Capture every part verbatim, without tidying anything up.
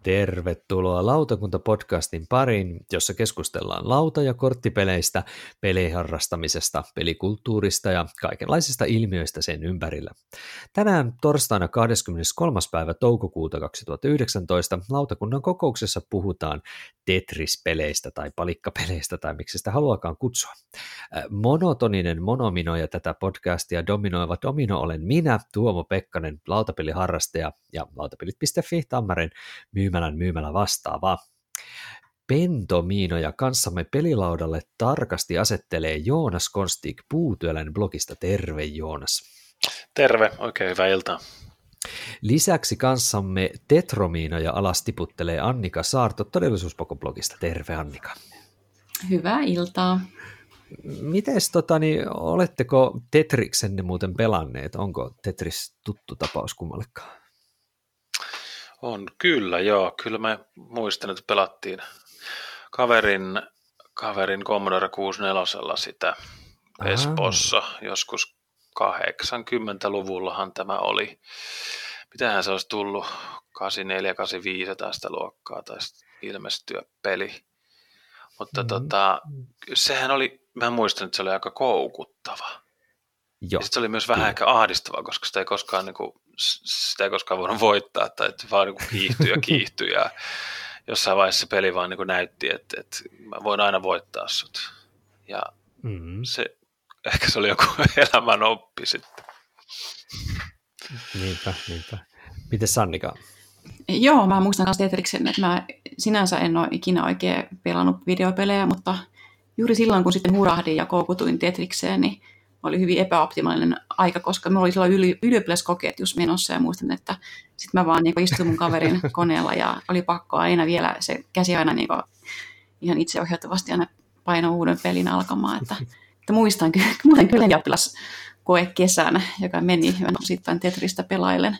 Tervetuloa Lautakunta-podcastin pariin, jossa keskustellaan lauta- ja korttipeleistä, peliharrastamisesta, pelikulttuurista ja kaikenlaisista ilmiöistä sen ympärillä. Tänään torstaina kahdeskymmeneskolmas päivä toukokuuta kaksituhattayhdeksäntoista lautakunnan kokouksessa puhutaan Tetris-peleistä tai palikkapeleistä tai miksi sitä haluakaan kutsua. Monotoninen monomino ja tätä podcastia dominoiva domino olen minä, Tuomo Pekkanen, lautapeliharrastaja ja lautapelit piste fi Tammaren myymälän myymälä vastaava. Pentomiinoja kanssamme pelilaudalle tarkasti asettelee Joonas Konstig Puutyölän blogista. Terve Joonas. Terve, oikein hyvää iltaa. Lisäksi kanssamme Tetromiinoja alas tiputtelee Annika Saarto Todellisuuspoko-blogista. Terve Annika. Hyvää iltaa. Mites, totani, oletteko Tetriksenne muuten pelanneet? Onko Tetris tuttu tapaus kummallekaan? On, kyllä joo. Kyllä mä muistan, että pelattiin kaverin, kaverin Commodore kuusikymmentäneljä sitä Espoossa joskus kahdeksankymmentäluvullahan tämä oli. Mitähän se olisi tullut? kahdeksankymmentäneljä kahdeksankymmentäviisi tästä luokkaa taisi ilmestyä peli. Mutta mm. tota, sehän oli, mä muistan, että se oli aika koukuttava. Ja se oli myös vähän ehkä ahdistava, koska sitä ei koskaan, niin kuin, sitä ei koskaan voinut voittaa, tai että vaan niin kuin kiihtyy ja kiihtyy, ja jossain vaiheessa se peli vaan niin kuin näytti, että, että mä voin aina voittaa sut. Ja mm-hmm. se, ehkä se oli joku elämän oppi sitten. Niinpä, niinpä. Mites Annika? Joo, mä muistan myös Tetriksen, että mä sinänsä en ole ikinä oikein pelannut videopelejä, mutta juuri silloin, kun sitten hurahdin ja koukutuin Tetrikseen, niin oli hyvin epäoptimaalinen aika, koska minulla oli silloin yli, ylioppilaskokeet just menossa, ja muistan, että sitten mä vaan niin istuin mun kaverin koneella, ja oli pakko aina vielä se käsi aina niin ihan itseohjautuvasti aina paino uuden pelin alkamaan, että, että muistan, muistan kyllä ylioppilaskoe kesänä, joka meni osittain Tetristä pelailen.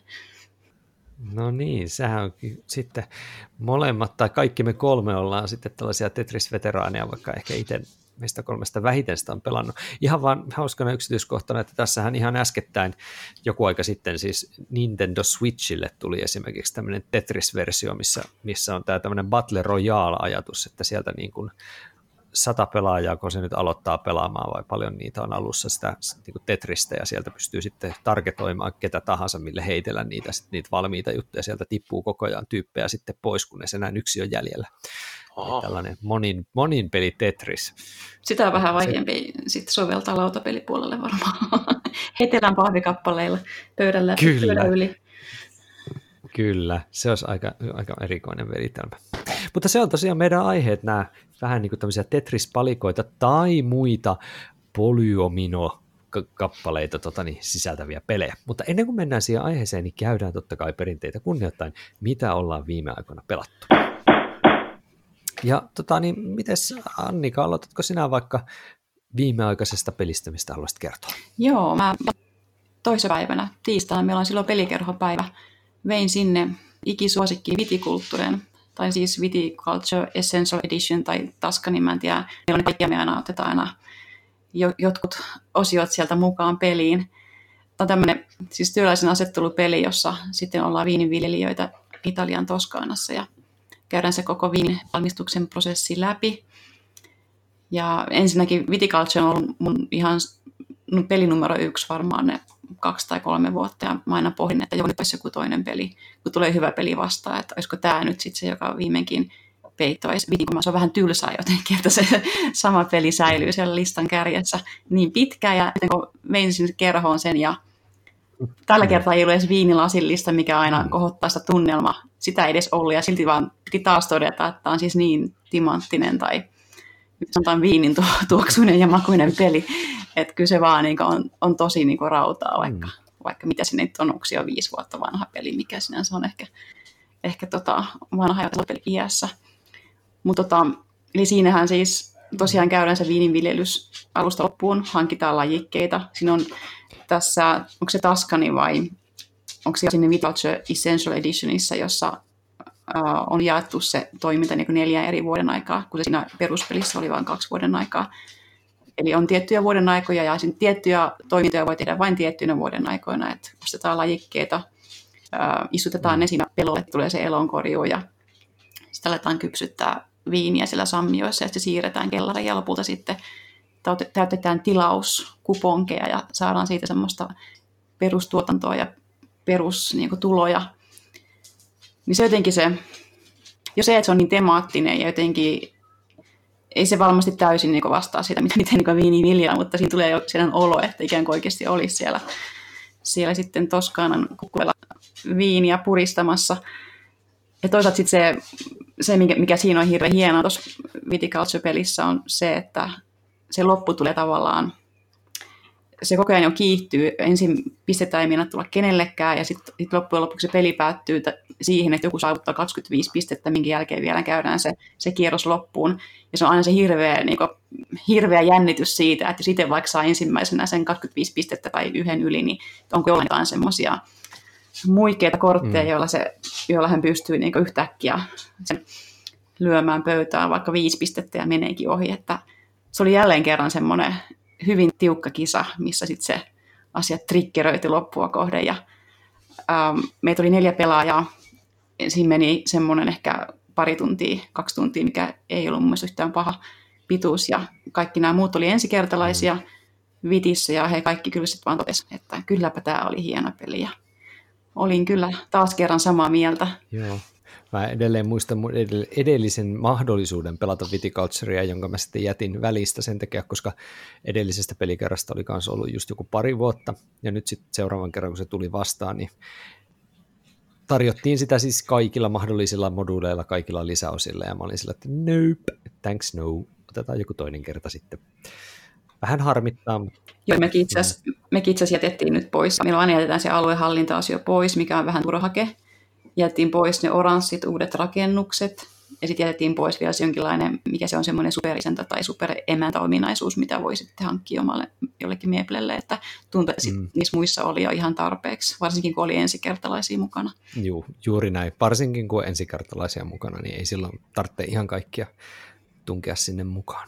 No niin, sehän on sitten molemmat, tai kaikki me kolme ollaan sitten tällaisia Tetris-veteraaneja, vaikka ehkä itse meistä kolmesta vähiten sitä on pelannut. Ihan vaan hauskana yksityiskohtana, että tässähän ihan äskettäin joku aika sitten siis Nintendo Switchille tuli esimerkiksi tämmöinen Tetris-versio, missä, missä on tämä tämmöinen Battle Royale-ajatus, että sieltä niin kuin sata pelaajaa, kun se nyt aloittaa pelaamaan, vai paljon niitä on alussa sitä niin kuin Tetristä, ja sieltä pystyy sitten targetoimaan ketä tahansa, mille heitellä niitä, sitten niitä valmiita juttuja, sieltä tippuu koko ajan tyyppejä sitten pois, kunnes enää yksi on jäljellä. Tällainen monin, monin peli Tetris. Sitä on vähän vaikeampi sitten soveltaa lautapelipuolelle varmaan. Heitellään pahvikappaleilla pöydällä pöydän yli. Kyllä, se olisi aika, aika erikoinen veritelmä. Mutta se on tosiaan meidän aiheet, nämä vähän niin kuin tämmöisiä Tetris-palikoita tai muita polyomino-kappaleita tota niin, sisältäviä pelejä. Mutta ennen kuin mennään siihen aiheeseen, niin käydään totta kai perinteitä kunnioittain, mitä ollaan viime aikoina pelattu. Ja tota niin, mites Annika, aloitatko sinä vaikka viimeaikaisesta pelistä, mistä haluaisit kertoa? Joo, mä toissapäivänä tiistaina, meillä on silloin pelikerhopäivä, vein sinne ikisuosikkiin Viticulturen, tai siis Viticulture Essential Edition tai Taskani, mä en tiedä, meillä on kaikkia, me aina otetaan aina jotkut osiot sieltä mukaan peliin. Tämä on tämmöinen siis työläisen asettelupeli, jossa sitten ollaan viininviljelijöitä Italian Toskaanassa ja käydään se koko viinin valmistuksen prosessi läpi. Ja ensinnäkin Viticulture on ollut mun ihan peli numero yksi varmaan ne kaksi tai kolme vuotta, ja mä aina pohdin, että olisi joku toinen peli, kun tulee hyvä peli vastaan, että olisiko tämä nyt sitten se, joka viimeinkin peittoisi. Se on vähän tylsää jotenkin, että se sama peli säilyy siellä listan kärjessä niin pitkään, ja kun vein sinne kerhoon sen, ja tällä kertaa ei ollut edes viinilasillista, mikä aina kohottaa sitä tunnelma. Sitä ei edes ollut, ja silti vaan piti taas todeta, että tämä on siis niin timanttinen tai sanotaan viinin tuoksuinen ja makuinen peli, että kyllä se vaan niin on, on tosi niin rautaa, vaikka, mm. vaikka mitä sinne nyt on, onko jo viisi vuotta vanha peli, mikä sinänsä on ehkä, ehkä tota vanha ja peli iässä. Mutta tota, eli siinähän siis tosiaan käydään se viininviljelys alusta loppuun, hankitaan lajikkeita. Siinä on tässä, onko se Taskani vai onko se sinne Viticulture Essential Editionissa, jossa on jaettu se toiminta niin kuin neljään eri vuoden aikaa, kun se siinä peruspelissä oli vain kaksi vuoden aikaa. Eli on tiettyjä vuoden aikoja, ja tiettyjä toimintoja voi tehdä vain tiettyinä vuoden aikoina, että ostetaan lajikkeita, istutetaan ne siinä pelolle, tulee se elonkorjuu, ja Sitten aletaan kypsyttää viiniä siellä sammioissa ja sitten se siirretään kellariin ja lopulta sitten täytetään tilauskuponkeja ja saadaan siitä semmoista perustuotantoa ja perustuloja. Niin se jotenkin se, jo se, että se on niin temaattinen ja jotenkin ei se varmasti täysin niin vastaa sitä, miten niin viini viljaa, mutta siinä tulee jo sellainen olo, että ikään kuin oikeasti olisi siellä, siellä sitten Toskaanan kukkuilla viiniä puristamassa. Ja toisaalta sitten se, se, mikä siinä on hirveän hienoa tuossa Viticulture-pelissä, on se, että se loppu tulee tavallaan, se koko ajan jo kiihtyy. Ensin pistetään ei mennä tulla kenellekään, ja sitten sit loppujen lopuksi se peli päättyy t- siihen, että joku saavuttaa kaksikymmentäviisi pistettä, minkä jälkeen vielä käydään se, se kierros loppuun. Ja se on aina se hirveä, niin kuin, hirveä jännitys siitä, että sitten vaikka saa ensimmäisenä sen kaksikymmentäviisi pistettä tai yhden yli, niin onko jollain semmoisia muikeita kortteja, mm. joilla, se, joilla hän pystyy niin kuin yhtäkkiä sen lyömään pöytään vaikka viisi pistettä ja meneekin ohi. Että se oli jälleen kerran semmoinen hyvin tiukka kisa, missä sitten se asia triggeröiti loppua kohden. Ja, ähm, meitä oli neljä pelaajaa. Siinä meni semmoinen ehkä pari tuntia, kaksi tuntia, mikä ei ollut mun mielestä yhtään paha pituus. Ja kaikki nämä muut oli ensikertalaisia Vitissä ja he kaikki kyllä sitten vaan totesivat, että kylläpä tämä oli hieno peli. Ja olin kyllä taas kerran samaa mieltä. Joo. Mä edelleen muistan mun edellisen mahdollisuuden pelata Viticulturea, jonka mä sitten jätin välistä sen takia, koska edellisestä pelikerrasta oli kanssa ollut just joku pari vuotta, ja nyt sitten seuraavan kerran, kun se tuli vastaan, niin tarjottiin sitä siis kaikilla mahdollisilla moduuleilla, kaikilla lisäosilla, ja mä olin sillä, että nope, thanks no, otetaan joku toinen kerta sitten. Vähän harmittaa. Joo, mekin itse asiassa jätettiin nyt pois. Meillä aina jätetään se aluehallinta-asio pois, mikä on vähän turhake. Jätettiin pois ne oranssit uudet rakennukset, ja sitten jätettiin pois vielä se jonkinlainen, mikä se on semmoinen superisäntä tai superemäntäominaisuus, mitä voi sitten hankkia omalle jollekin meeplelle, että tuntuu, että mm. niissä muissa oli jo ihan tarpeeksi, varsinkin kun oli ensikertalaisia mukana. Juu, juuri näin. Varsinkin kun on ensikertalaisia mukana, niin ei silloin tarvitse ihan kaikkia tunkea sinne mukaan.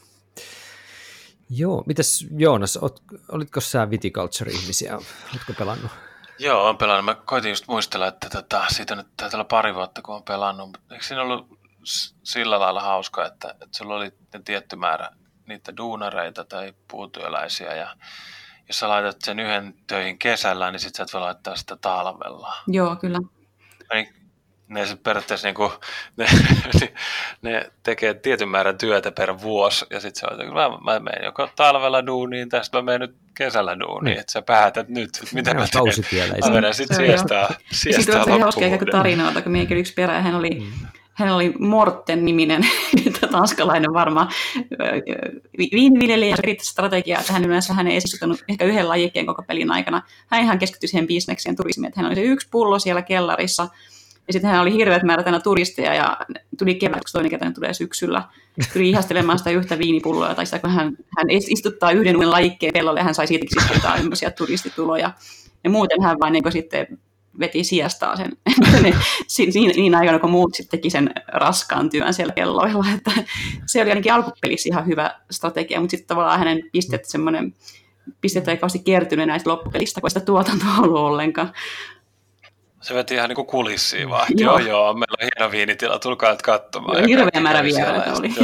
Joo, mitäs Joonas, oot, olitko sä Viticulture-ihmisiä? Oletko pelannut? Joo, olen pelannut. Mä koitin just muistella, että tota, siitä nyt taitaa olla pari vuotta, kun olen pelannut. Eikö siinä ollut sillä lailla hauska, että, että sulla oli tietty määrä niitä duunareita tai puutyöläisiä, ja jos sä laitat sen yhden töihin kesällä, niin sit sä et voi laittaa sitä talvella. Joo, kyllä. Niin, ne periaatteessa niin kuin, ne, ne tekee tietyn määrän työtä per vuosi, ja sitten se on, että mä, mä menen joko talvella duuniin, tai sitten mä menen nyt kesällä duuniin, että sä päätät nyt, että mitä mä teen. Mä menen sitten siestää, siestää loppuvuoden. Se hauska eikä tarinoita, kun meillä yksi perä, hän oli, mm. hän oli Morten-niminen, tanskalainen varmaan viiniviljelijä, ja se strategiaa, että hän yleensä hän ei esituttanut ehkä yhden lajikkeen koko pelin aikana. Hän ihan keskittyi siihen bisnekseen turismiin, että hän oli se yksi pullo siellä kellarissa, ja sitten hän oli hirveät määrät aina turisteja, ja tuli keväällä, kun toinen kerta tulee syksyllä. Tuli ihastelemaan sitä yhtä viinipulloa, tai sitä, kun hän, hän istuttaa yhden uuden lajikkeen pellolle, ja hän sai siitä istuttaa sellaisia turistituloja. Ja muuten hän vain niin sitten veti siestaa sen niin, niin aikana, kun muut sitten teki sen raskaan työn siellä kelloilla. Että se oli ainakin alkupelissä ihan hyvä strategia, mutta sitten tavallaan hänen pisteet semmoinen, pisteet ei kauheasti kertynyt näistä loppupelistä, kun sitä tuotantoa ollut ollenkaan. Se veti ihan niin kuin kulissiin vaan. Joo, joo, joo, meillä on hieno viinitila, tulkaa nyt katsomaan. Joo, hirveä määrä vieraita oli.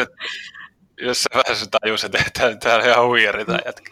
Jos sä vähän tajus, että täällä on ihan huijari tai jätkä.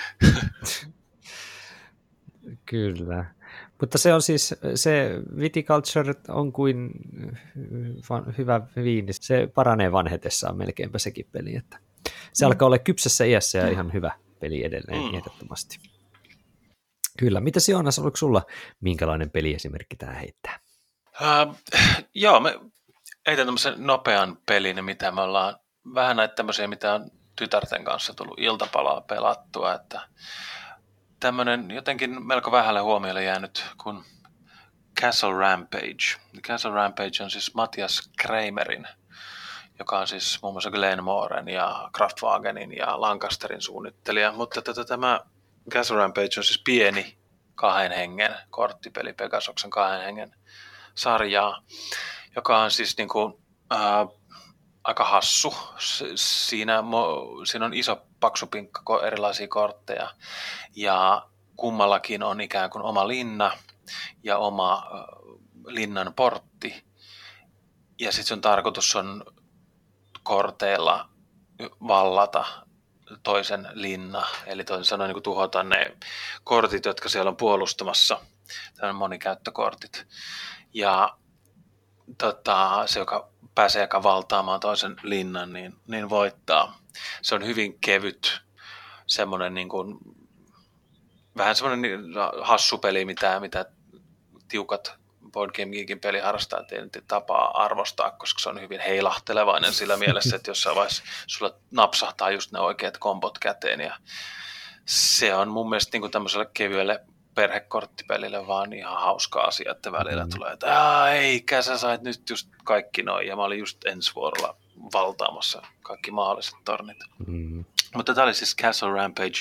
Kyllä. Mutta se on siis, se Viticulture on kuin hyvä viini. Se paranee vanhetessaan melkeinpä sekin peli. Että se mm. alkaa olla kypsässä iässä ja ihan hyvä peli edelleen mm. ehdottomasti. Kyllä. Mitäs Joonas, oliko sulla minkälainen peliesimerkki tämä heittää? Uh, joo, me heitän tämmöisen nopean pelin, mitä me ollaan vähän näitä tämmöisiä, mitä on tytärten kanssa tullut iltapalaa pelattua, että tämmöinen jotenkin melko vähälle huomiolle jäänyt kuin Castle Rampage. Castle Rampage on siis Matthias Kreimerin, joka on siis muun muassa Glenmoren ja Kraftwagenin ja Lancasterin suunnittelija, mutta tätä, tämä Castle Rampage on siis pieni kahden hengen korttipeli, Pegasoksen kahden hengen sarjaa, joka on siis niin kuin, ää, aika hassu. Siinä, siinä on iso paksu pinkka erilaisia kortteja ja kummallakin on ikään kuin oma linna ja oma linnan portti. ja sitten sun tarkoitus on korteilla vallata toisen linna, eli toisin sanoen niin tuhota ne kortit, jotka siellä on puolustamassa, tämmöinen monikäyttökortit. Ja tota, se, joka pääsee eka valtaamaan toisen linnan, niin, niin voittaa. Se on hyvin kevyt, semmoinen niin kuin, vähän semmoinen hassu peli, mitä, mitä tiukat Board Game Geekin peliharrastajat ei nyt tapaa arvostaa, koska se on hyvin heilahtelevainen sillä mielessä, että jossain vaiheessa sulla napsahtaa just ne oikeat kombot käteen. Ja se on mun mielestä niin kuin tämmöiselle kevyelle perhekorttipelille vaan ihan hauska asia, että välillä mm. tulee, että eikä sä sait nyt just kaikki noin, ja mä olin just ensi vuorolla valtaamassa kaikki mahdolliset tornit. Mm. Mutta tämä oli siis Castle Rampage.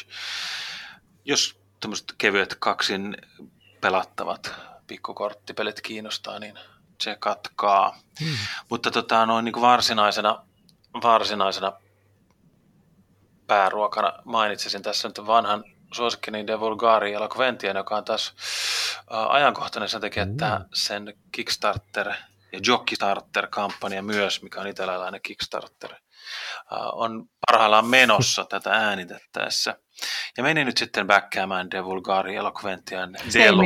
Jos tämmöiset kevyet kaksin pelattavat pikkukorttipelit kiinnostaa, niin tsekatkaa. Mm. Mutta tota, noin niin kuin varsinaisena, varsinaisena pääruokana mainitsisin tässä nyt vanhan suosikkini De Vulgari Eloquentian, joka on taas uh, ajankohtainen sen takia, että mm. sen Kickstarter ja Jokistarter-kampanja myös, mikä on italialainen Kickstarter, uh, on parhaillaan menossa tätä äänitettäessä. Ja menin nyt sitten backkäämään De Vulgari Eloquentian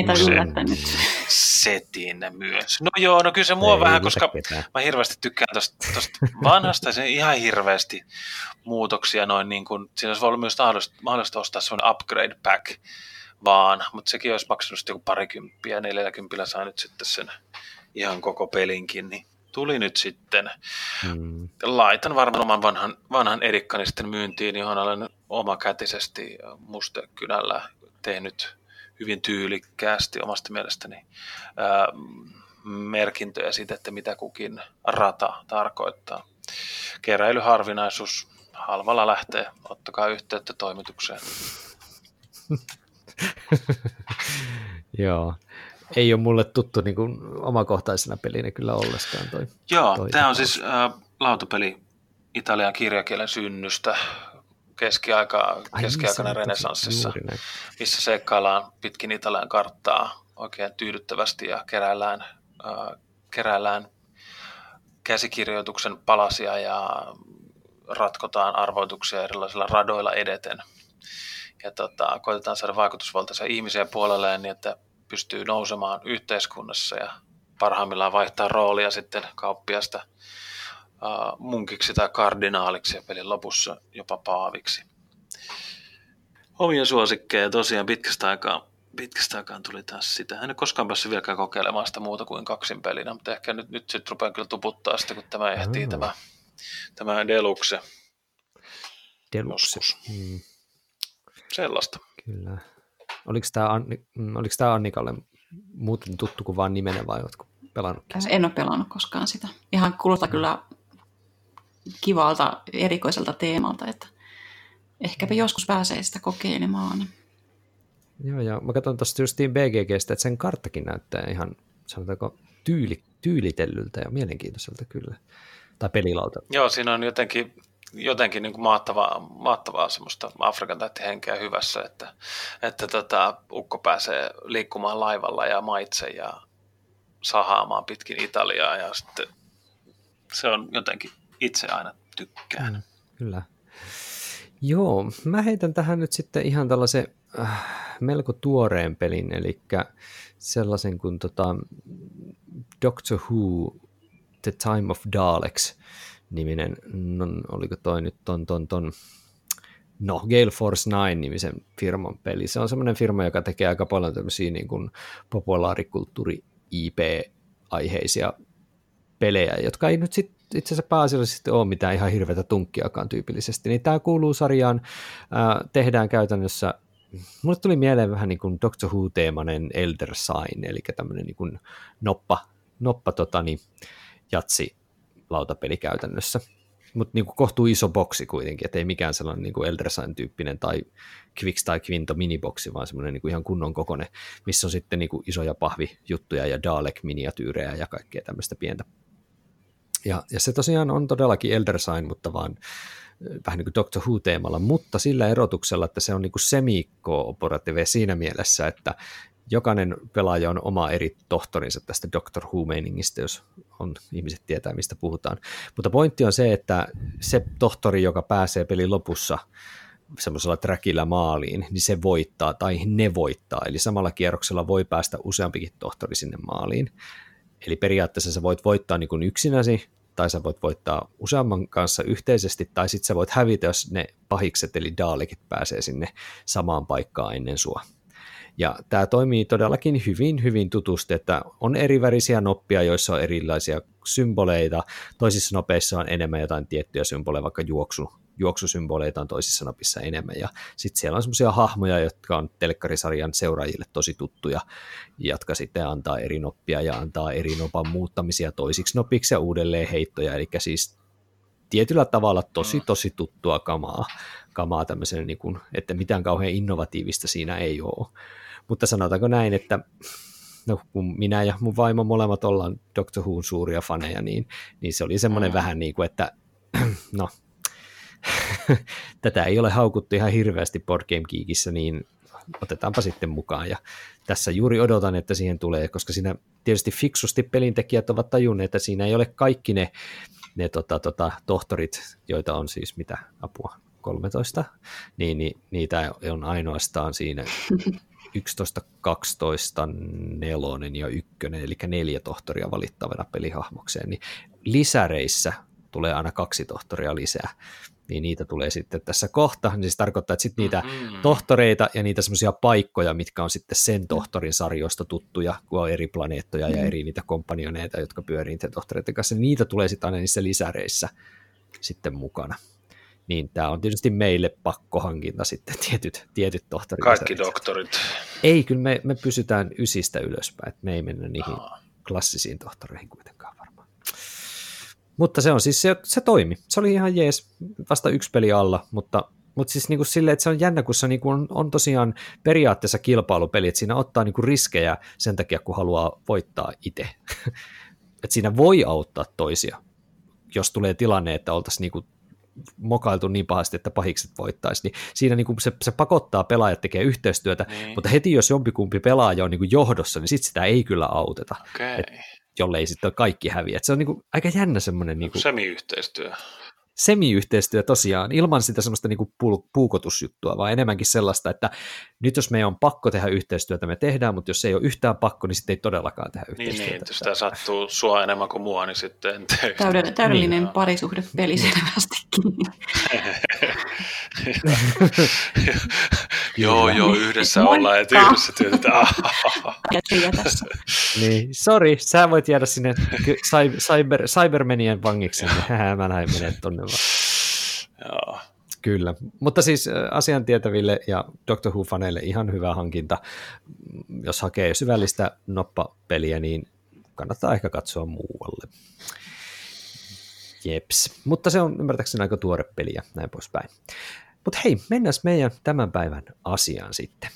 Deluxe-setin myös. No joo, no kyllä se mua ei vähän, koska ketään. Mä hirveästi tykkään tosta, tosta vanhasta, se ihan hirveästi muutoksia noin niin kuin, siinä olisi ollut myös mahdollista ostaa sellainen upgrade pack vaan, mutta sekin olisi maksanut sitten joku parikymppiä, neljälläkympillä saa nyt sitten sen ihan koko pelinkin, niin tuli nyt sitten. Hmm. Laitan varmaan oman vanhan, vanhan edikkani sitten myyntiin, johon olen omakätisesti mustekynällä tehnyt hyvin tyylikkäästi omasta mielestäni ää, merkintöjä siitä, että mitä kukin rata tarkoittaa. Keräilyharvinaisuus halvalla lähtee, ottakaa yhteyttä toimitukseen. Joo. Ei ole mulle tuttu niin kuin omakohtaisena pelinä kyllä ollestaan toi. Joo, tämä on siis äh, lautapeli Italian kirjakielen synnystä keskiaika, keskiaikana renessanssissa, missä seikkaillaan pitkin Italian karttaa oikein tyydyttävästi ja keräillään, äh, keräillään käsikirjoituksen palasia ja ratkotaan arvoituksia erilaisilla radoilla edeten. Ja tota, koitetaan saada vaikutusvaltaisia ihmisiä puolelleen niin, että pystyy nousemaan yhteiskunnassa ja parhaimmillaan vaihtaa roolia sitten kauppiasta uh, munkiksi tai kardinaaliksi ja pelin lopussa jopa paaviksi. Omia suosikkeja tosiaan pitkästä aikaa, pitkästä aikaa tuli taas sitä. En ole koskaan päässyt vieläkään kokeilemaan sitä muuta kuin kaksin pelinä, mutta ehkä nyt, nyt sitten rupean kyllä tuputtaa sitä, kun tämä ehtii mm. tämä, tämä Deluxe. Deluxe. Mm. Sellaista. Kyllä. Oliko tämä, Anni, oliko tämä Annikalle muuten tuttu kuin vaan nimenä vai oletko pelannutkin? En ole pelannut koskaan sitä. Ihan kuulostaa kyllä kivalta, erikoiselta teemalta, että ehkäpä joskus pääsee sitä kokeilemaan. Joo, ja mä katson tuosta justiin B G G:stä, että sen karttakin näyttää ihan, sanotaanko, tyyli, tyylitellyltä ja mielenkiintoiselta kyllä. Tai pelilauta. Joo, siinä on jotenkin... jotenkin niin kuin maattavaa, maattavaa semmoista Afrikan tähtihenkeä hyvässä, että, että tota, ukko pääsee liikkumaan laivalla ja maitse ja sahaamaan pitkin Italiaa ja sitten se on jotenkin itse aina tykkään. Mm, kyllä. Joo, mä heitän tähän nyt sitten ihan tällaisen äh, melko tuoreen pelin, eli sellaisen kuin tota, Doctor Who, The Time of Daleks niminen, no, oliko toi nyt ton, ton, ton, no Gale Force Nine-nimisen firman peli. Se on semmoinen firma, joka tekee aika paljon tämmöisiä niin kuin populaarikulttuuri-I P-aiheisia pelejä, jotka ei nyt sit, itse asiassa pääasiallisesti ole mitään ihan hirveätä tunkkiakaan tyypillisesti. Niin tämä kuuluu sarjaan, äh, tehdään käytännössä, mulle tuli mieleen vähän niin kuin Doctor Who-teemainen Elder Sign, eli tämmöinen niin kuin noppa, noppa totani, jatsi lautapeli käytännössä, mutta niin kohtuu iso boksi kuitenkin, ettei mikään sellainen niin Elder Sign-tyyppinen tai Quicks tai Quinto miniboksi, vaan semmoinen niin ihan kunnon kokoinen, missä on sitten niin isoja pahvijuttuja ja Dalek-miniatyyrejä ja kaikkea tämmöistä pientä. Ja, ja se tosiaan on todellakin Elder Sign, mutta vaan vähän niin kuin Doctor Who-teemalla, mutta sillä erotuksella, että se on niin kuin semi-cooperative siinä mielessä, että jokainen pelaaja on oma eri tohtorinsa tästä Doctor Who-meiningistä, jos on, ihmiset tietää, mistä puhutaan. Mutta pointti on se, että se tohtori, joka pääsee pelin lopussa semmoisella trackillä maaliin, niin se voittaa, tai ne voittaa. Eli samalla kierroksella voi päästä useampikin tohtori sinne maaliin. Eli periaatteessa sä voit voittaa niin kuin yksinäsi, tai sä voit voittaa useamman kanssa yhteisesti, tai sitten sä voit hävitä, jos ne pahikset, eli Dalekit, pääsee sinne samaan paikkaan ennen sua. Ja tämä toimii todellakin hyvin, hyvin tutusti, että on erivärisiä noppia, joissa on erilaisia symboleita, toisissa nopeissa on enemmän jotain tiettyjä symboleja, vaikka juoksu, juoksusymboleita on toisissa nopissa enemmän, ja sitten siellä on semmoisia hahmoja, jotka on telkkarisarjan seuraajille tosi tuttuja, jotka sitten antaa eri noppia ja antaa eri nopan muuttamisia toisiksi nopiksi ja uudelleen heittoja, eli siis tietyllä tavalla tosi, tosi tuttua kamaa, kamaa tämmöisen, niin kuin, että mitään kauhean innovatiivista siinä ei ole. Mutta sanotaanko näin, että no, kun minä ja mun vaimo molemmat ollaan Doctor Whon suuria faneja, niin, niin se oli semmoinen mm. vähän niin kuin, että no, tätä ei ole haukuttu ihan hirveästi Board Game Geekissä, niin otetaanpa sitten mukaan. Ja tässä juuri odotan, että siihen tulee, koska siinä tietysti fiksusti pelintekijät ovat tajunneet, että siinä ei ole kaikki ne, ne tota, tota, tohtorit, joita on siis mitä apua, kolmetoista, niin, niin niitä on ainoastaan siinä yksitoista, kaksitoista, nelonen ja ykkönen, eli neljä tohtoria valittavana pelihahmokseen, niin lisäreissä tulee aina kaksi tohtoria lisää, niin niitä tulee sitten tässä kohta, niin se tarkoittaa, että sitten niitä mm-hmm. tohtoreita ja niitä semmoisia paikkoja, mitkä on sitten sen tohtorin sarjoista tuttuja, kun on eri planeettoja mm-hmm. ja eri niitä kompanioneita, jotka pyörii niiden tohtoreiden kanssa, niin niitä tulee sitten aina niissä lisäreissä sitten mukana. Niin tämä on tietysti meille pakkohankinta sitten, tietyt, tietyt tohtorit. Kaikki doktorit. Ei, kyllä me, me pysytään ysistä ylöspäin, että me ei mennä niihin Aa. klassisiin tohtoreihin kuitenkaan varmaan. Mutta se on siis, se, se toimi. Se oli ihan jees, vasta yksi peli alla, mutta, mutta siis niin kuin silleen, että se on jännä, kun se niin kuin on, on tosiaan periaatteessa kilpailupeli, että siinä ottaa niin kuin riskejä sen takia, kun haluaa voittaa itse. Että siinä voi auttaa toisia, jos tulee tilanne, että oltaisiin niin kuin mokailtu niin pahasti, että pahikset voittaisi, niin siinä niin kuin se, se pakottaa pelaajat tekemään yhteistyötä, niin. Mutta heti jos jompikumpi pelaaja on niin kuin johdossa, niin sitten sitä ei kyllä auteta, okay. Et, jollei sitten kaikki häviä. Et se on niin kuin aika jännä semmoinen niin kuin semiyhteistyö. Semiyhteistyö tosiaan, ilman sitä semmoista niin kuin puukotusjuttua, vaan enemmänkin sellaista, että nyt jos meidän on pakko tehdä yhteistyötä, me tehdään, mutta jos ei ole yhtään pakko, niin sitten ei todellakaan tehdä yhteistyötä. Niin, niin jos sitä sattuu sua enemmän kuin mua, niin sitten en tee. Täydellinen, täydellinen niin. Parisuhdepeli selvästikin. Joo, joo, yhdessä ollaan, että yhdessä työtetään. Niin, sori, sä voit jäädä sinne cyber, cybermenien vangiksi, niin mä lähden menee tonne vaan. Joo. Kyllä, mutta siis asiantietäville ja Doctor Who-faneille ihan hyvä hankinta. Jos hakee syvällistä noppapeliä, niin kannattaa ehkä katsoa muualle. Jeps, mutta se on ymmärtääkseni aika tuore peli ja näin poispäin. Mutta hei, mennään meidän tämän päivän asiaan sitten.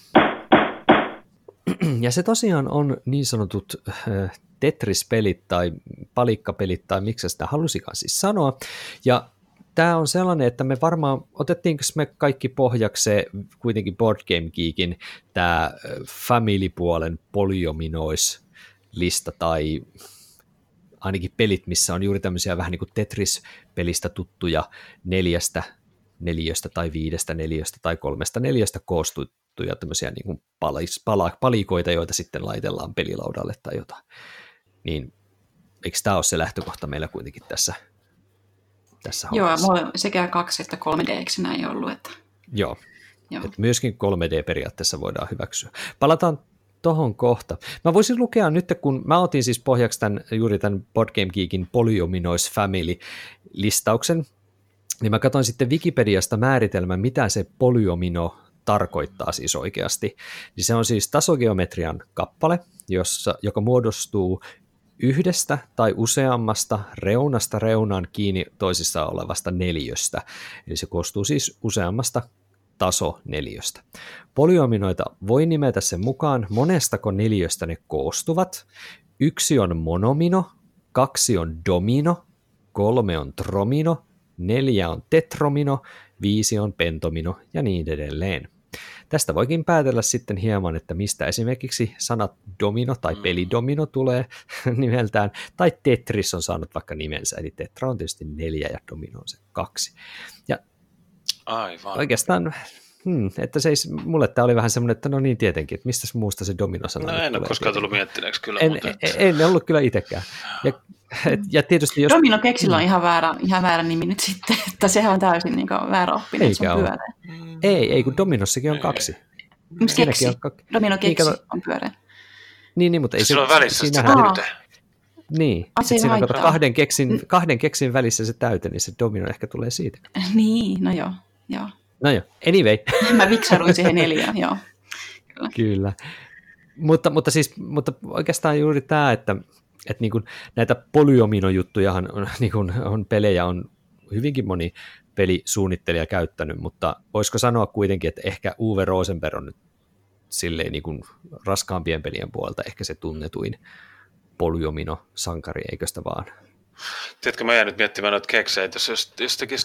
Ja se tosiaan on niin sanotut Tetris-pelit tai palikkapelit tai miksi sitä halusikaan siis sanoa. Ja tämä on sellainen, että me varmaan, otettiinko me kaikki pohjakseen kuitenkin Board Game Geekin tämä Family-puolen polyominois-lista tai ainakin pelit, missä on juuri tämmöisiä vähän niin kuin Tetris-pelistä tuttuja neljästä neliöstä tai viidestä neliöstä tai kolmesta neliöstä koostuttuja tämmöisiä niin kuin palis, pala, palikoita, joita sitten laitellaan pelilaudalle tai jotain. Niin eikö tämä ole se lähtökohta meillä kuitenkin tässä, tässä Joo, hommassa? sekä kaksi että kolme D-ksi näin ollut. Että... Joo, Joo. Et myöskin kolme D periaatteessa voidaan hyväksyä. Palataan tohon kohta. Mä voisin lukea nyt, kun mä otin siis pohjaksi tämän, juuri tämän Board Game Geekin Polyominois Family-listauksen, niin mä katsoin sitten Wikipediasta määritelmän, mitä se polyomino tarkoittaa siis oikeasti. Niin se on siis tasogeometrian kappale, jossa, joka muodostuu yhdestä tai useammasta reunasta reunaan kiinni toisissa olevasta neliöstä. Eli se koostuu siis useammasta tasoneliöstä. Polyominoita voi nimetä sen mukaan, monestako neliöstä ne koostuvat. Yksi on monomino, kaksi on domino, kolme on tromino, neljä on tetromino, viisi on pentomino ja niin edelleen. Tästä voikin päätellä sitten hieman, että mistä esimerkiksi sanat domino tai pelidomino tulee nimeltään, tai Tetris on saanut vaikka nimensä, eli tetra on tietysti neljä ja domino on se kaksi. Ja Aivan. Oikeastaan, hmm, että se ei, mulle tämä oli vähän semmoinen, että no niin tietenkin, että mistä muusta se domino-sana No en ole koskaan tullut miettineeksi kyllä. En, mutta... en, en ollut kyllä itsekään. Ja, ja tietysti jos... Domino keksillä on ihan väärä, ihan väärä nimi nyt sitten, että sehän on täysin niin väärä oppinen, että se on pyöreä. Ei, ei, kun dominossakin on kaksi. Miksi keksi? On kak... Domino keksi niin, on pyöreä. Niin, niin mutta ei se... Silloin välissä se täyte. Niin, Ai, siinä on kahden keksin, kahden keksin välissä se täyte, niin se domino ehkä tulee siitä. Niin, no joo. Joo. No joo, anyway. Mä viksauduin siihen neljään, joo. Kyllä. Kyllä. Mutta, mutta, siis, mutta oikeastaan juuri tämä, että, että niin kuin näitä polyomino-juttujahan on, niin kuin on pelejä, on hyvinkin moni pelisuunnittelija käyttänyt, mutta voisiko sanoa kuitenkin, että ehkä Uwe Rosenberg on nyt silleen niin kuin raskaampien pelien puolelta ehkä se tunnetuin polyomino-sankari, eikö sitä vaan? Tiedätkö, mä jään nyt miettimään noita keksejä, että jos, jos tekisi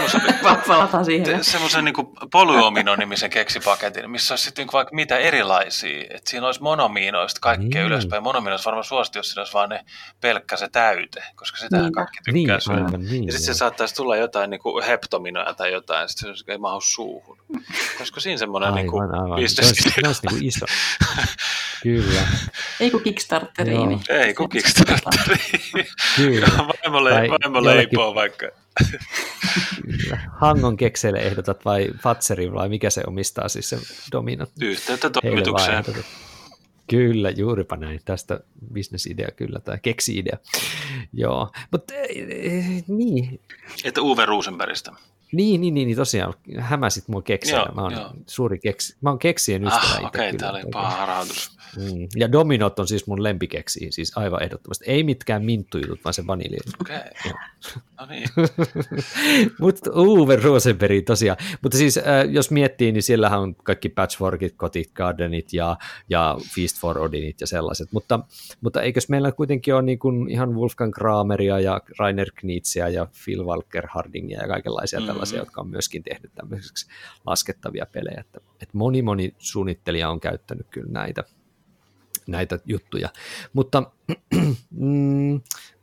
semmoisen niin polyomino-nimisen keksipaketin, missä olisi sitten vaikka mitä erilaisia, että siinä olisi monomiinoista kaikkea mm. ylöspäin. Monomiinoista varmaan suosittu, jos siinä olisi vaan ne pelkkä se täyte, koska sitähän niin. kaikki tykkää syödä. Niin, niin, ja sitten se saattaisi tulla jotain niin kuin heptominoja tai jotain, ja sitten se ei mahdu suuhun. Koska siinä semmoinen niin kuin business. Se olisi niin kuin iso. Kyllä. Ei kun Kickstarteriin. Ei kun Kickstarteriin. Kyllä. Vaimo, le- vaimo leipoo vaikka. Kyllä. Hangon kekseille ehdotat vai Fatserin vai mikä se omistaa siis se domino? Yhteyttä toimitukseen. Kyllä, juuripa näin. Tästä business-idea kyllä, tai keksi-idea. Joo, mutta niin. Että Uwe Rosenbergistä. Niin, niin, niin, tosiaan hämäsit mua keksijänä. Mä oon joo. suuri keksi. Mä oon keksien ystävä ah, itse. Okei, okay, tää oli paha harhautus. Mm. Ja dominot on siis mun lempikeksiä, siis aivan ehdottomasti. Ei mitkään minttujutut, vaan se vanilja. Okei, okay. No niin. Mutta Uwe Rosenberg tosiaan. Mutta siis äh, jos miettii, niin siellähän on kaikki Patchworkit, Gothic Gardenit ja, ja Feast for Odinit ja sellaiset. Mutta, mutta eikös meillä kuitenkin ole niin kuin ihan Wolfgang Krameria ja Rainer Kniziä ja Phil Walker Hardingia ja kaikenlaisia mm-hmm. tällaisia, jotka on myöskin tehnyt tämmöiseksi laskettavia pelejä. Että, että moni moni suunnittelija on käyttänyt kyllä näitä. näitä juttuja, mutta mm,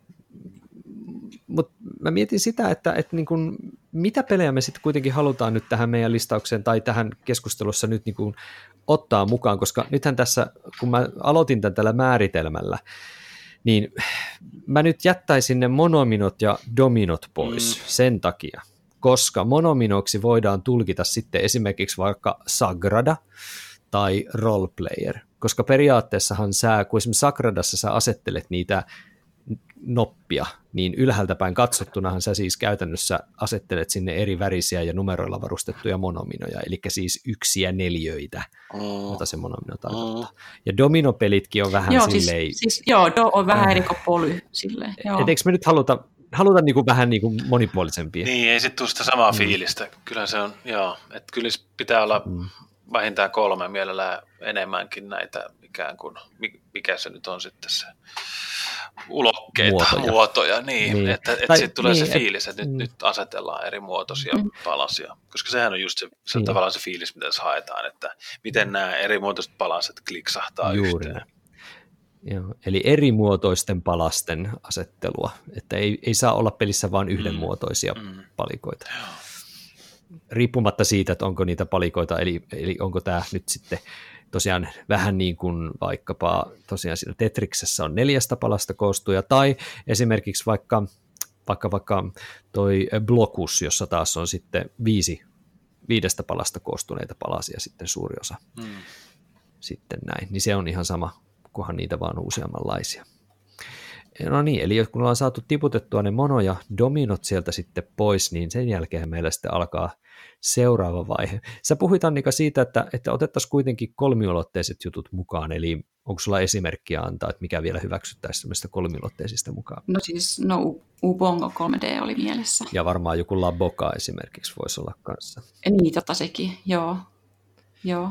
mut mä mietin sitä, että, että niin kun, mitä pelejä me sitten kuitenkin halutaan nyt tähän meidän listaukseen tai tähän keskustelussa nyt niin kun ottaa mukaan, koska nythän tässä, kun mä aloitin tämän tällä määritelmällä, niin mä nyt jättäisin ne monominot ja dominot pois mm. sen takia, koska monominoksi voidaan tulkita sitten esimerkiksi vaikka Sagrada tai roleplayer, koska periaatteessahan sä, kun esimerkiksi Sagradassa sä asettelet niitä noppia, niin ylhäältä päin katsottunahan sä siis käytännössä asettelet sinne eri värisiä ja numeroilla varustettuja monominoja, eli siis yksiä neljöitä, oh. jota se monomino tarkoittaa. Oh. Ja dominopelitkin on vähän joo, silleen... Siis, siis, joo, do on vähän eri kuin poly silleen. Et eikö me nyt haluta, haluta niinku vähän niinku monipuolisempia? Niin, ei sitten tule sitä samaa mm. fiilistä. Kyllä se on, joo, että kyllä pitää olla... Mm. vähintään kolme mielellään enemmänkin näitä ikään kuin, mikä se nyt on sitten se ulokkeita, muotoja, muotoja niin, niin. että, että sitten tulee niin, se fiilis, että et, nyt, mm. nyt asetellaan eri muotoisia mm. palasia, koska sehän on just se, se niin. tavallaan se fiilis, mitä tässä haetaan, että miten nämä eri muotoiset palaset kliksahtaa juuri yhteen. Joo, eli erimuotoisten palasten asettelua, että ei, ei saa olla pelissä vain yhdenmuotoisia mm. palikoita. Joo. Riippumatta siitä, että onko niitä palikoita, eli, eli onko tämä nyt sitten tosiaan vähän niin kuin vaikkapa tosiaan siinä Tetriksessä on neljästä palasta koostuja, tai esimerkiksi vaikka, vaikka, vaikka toi Blokus, jossa taas on sitten viisi, viidestä palasta koostuneita palasia sitten suuri osa. Hmm. Sitten näin, niin se on ihan sama, kunhan niitä vaan on useammanlaisia. No niin, eli kun ollaan saatu tiputettua ne mono- ja dominot sieltä sitten pois, niin sen jälkeen meillä sitten alkaa seuraava vaihe. Sä puhuit, Annika, siitä, että, että otettaisiin kuitenkin kolmiulotteiset jutut mukaan, eli onko sulla esimerkkiä antaa, että mikä vielä hyväksyttäisiin semmoista kolmiulotteisista mukaan? No siis, no Ubongo kolme D oli mielessä. Ja varmaan joku Laboka esimerkiksi voisi olla kanssa. Niin, tota sekin, joo. Joo.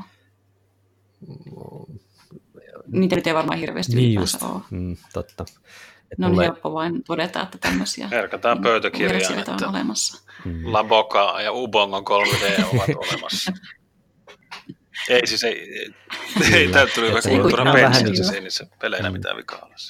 Niitä nyt ei varmaan hirveästi niin just. ole. Mm, totta. Et no on mulle... helppo vain todeta, että tämmöisiä merkataan pöytäkirjaan, että on olemassa. Mm. Laboka ja Ubongon kolme D ovat olemassa. Ei siis, ei, ei, ei tämä tuli vaikka kulttuuran pensissä, ei niissä peleinä mm. mitään vikaa olla.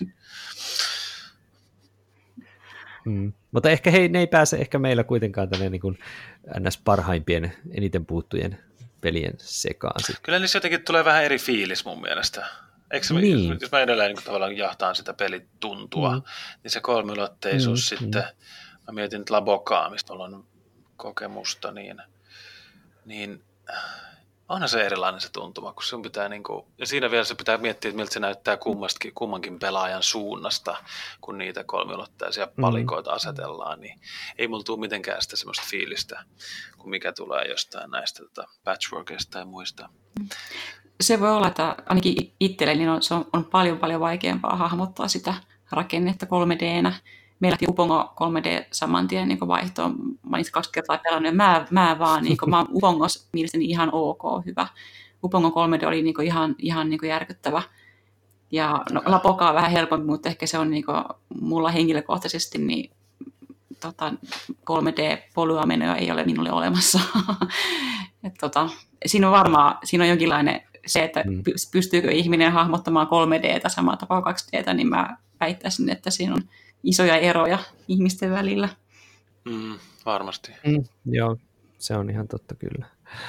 Mm. Mutta ehkä he, ne ei pääse ehkä meillä kuitenkaan tänne niin kuin ns. Parhaimpien, eniten puuttujen pelien sekaan. Sitten. Kyllä niissä jotenkin tulee vähän eri fiilis mun mielestä. Eikö niin. Jos mä edelleen niin tavallaan jahtaan sitä pelituntua, mm. niin se kolmiulotteisuus mm. sitten, mm. mä mietin nyt Labokaa, mistä on kokemusta, niin, niin onhan se erilainen se tuntuma, kun sun pitää, niin kuin, ja siinä vielä se pitää miettiä, että miltä se näyttää kummastakin, kummankin pelaajan suunnasta, kun niitä kolmiulotteisia palikoita mm. asetellaan, niin ei mulla tule mitenkään sitä semmoista fiilistä, kuin mikä tulee jostain näistä tota, patchworkista tai muista. Se voi olla, että ainakin itselleni niin on, se on, on paljon paljon vaikeampaa hahmottaa sitä rakennetta kolme D:nä. Meilläkin Upongo kolme D saman tien niin vaihtoon. Mä itse kaksi kertaa pelannut ja mä, mä vaan, niin kuin, mä Upongos mielestäni ihan ok, hyvä. Upongo kolme D oli niin kuin, ihan, ihan niin kuin järkyttävä. Ja no, Labokaa on vähän helpompi, mutta ehkä se on niin kuin, mulla henkilökohtaisesti niin, tota, kolme D-polyamenoja ei ole minulle olemassa. Et, tota, siinä on varmaan siinä on jonkinlainen se, että mm. pystyykö ihminen hahmottamaan kolme D:tä samalla tapaa kaksi D:tä, niin mä väittäisin, että siinä on isoja eroja ihmisten välillä. Mm, varmasti. Mm, joo, se on ihan totta kyllä.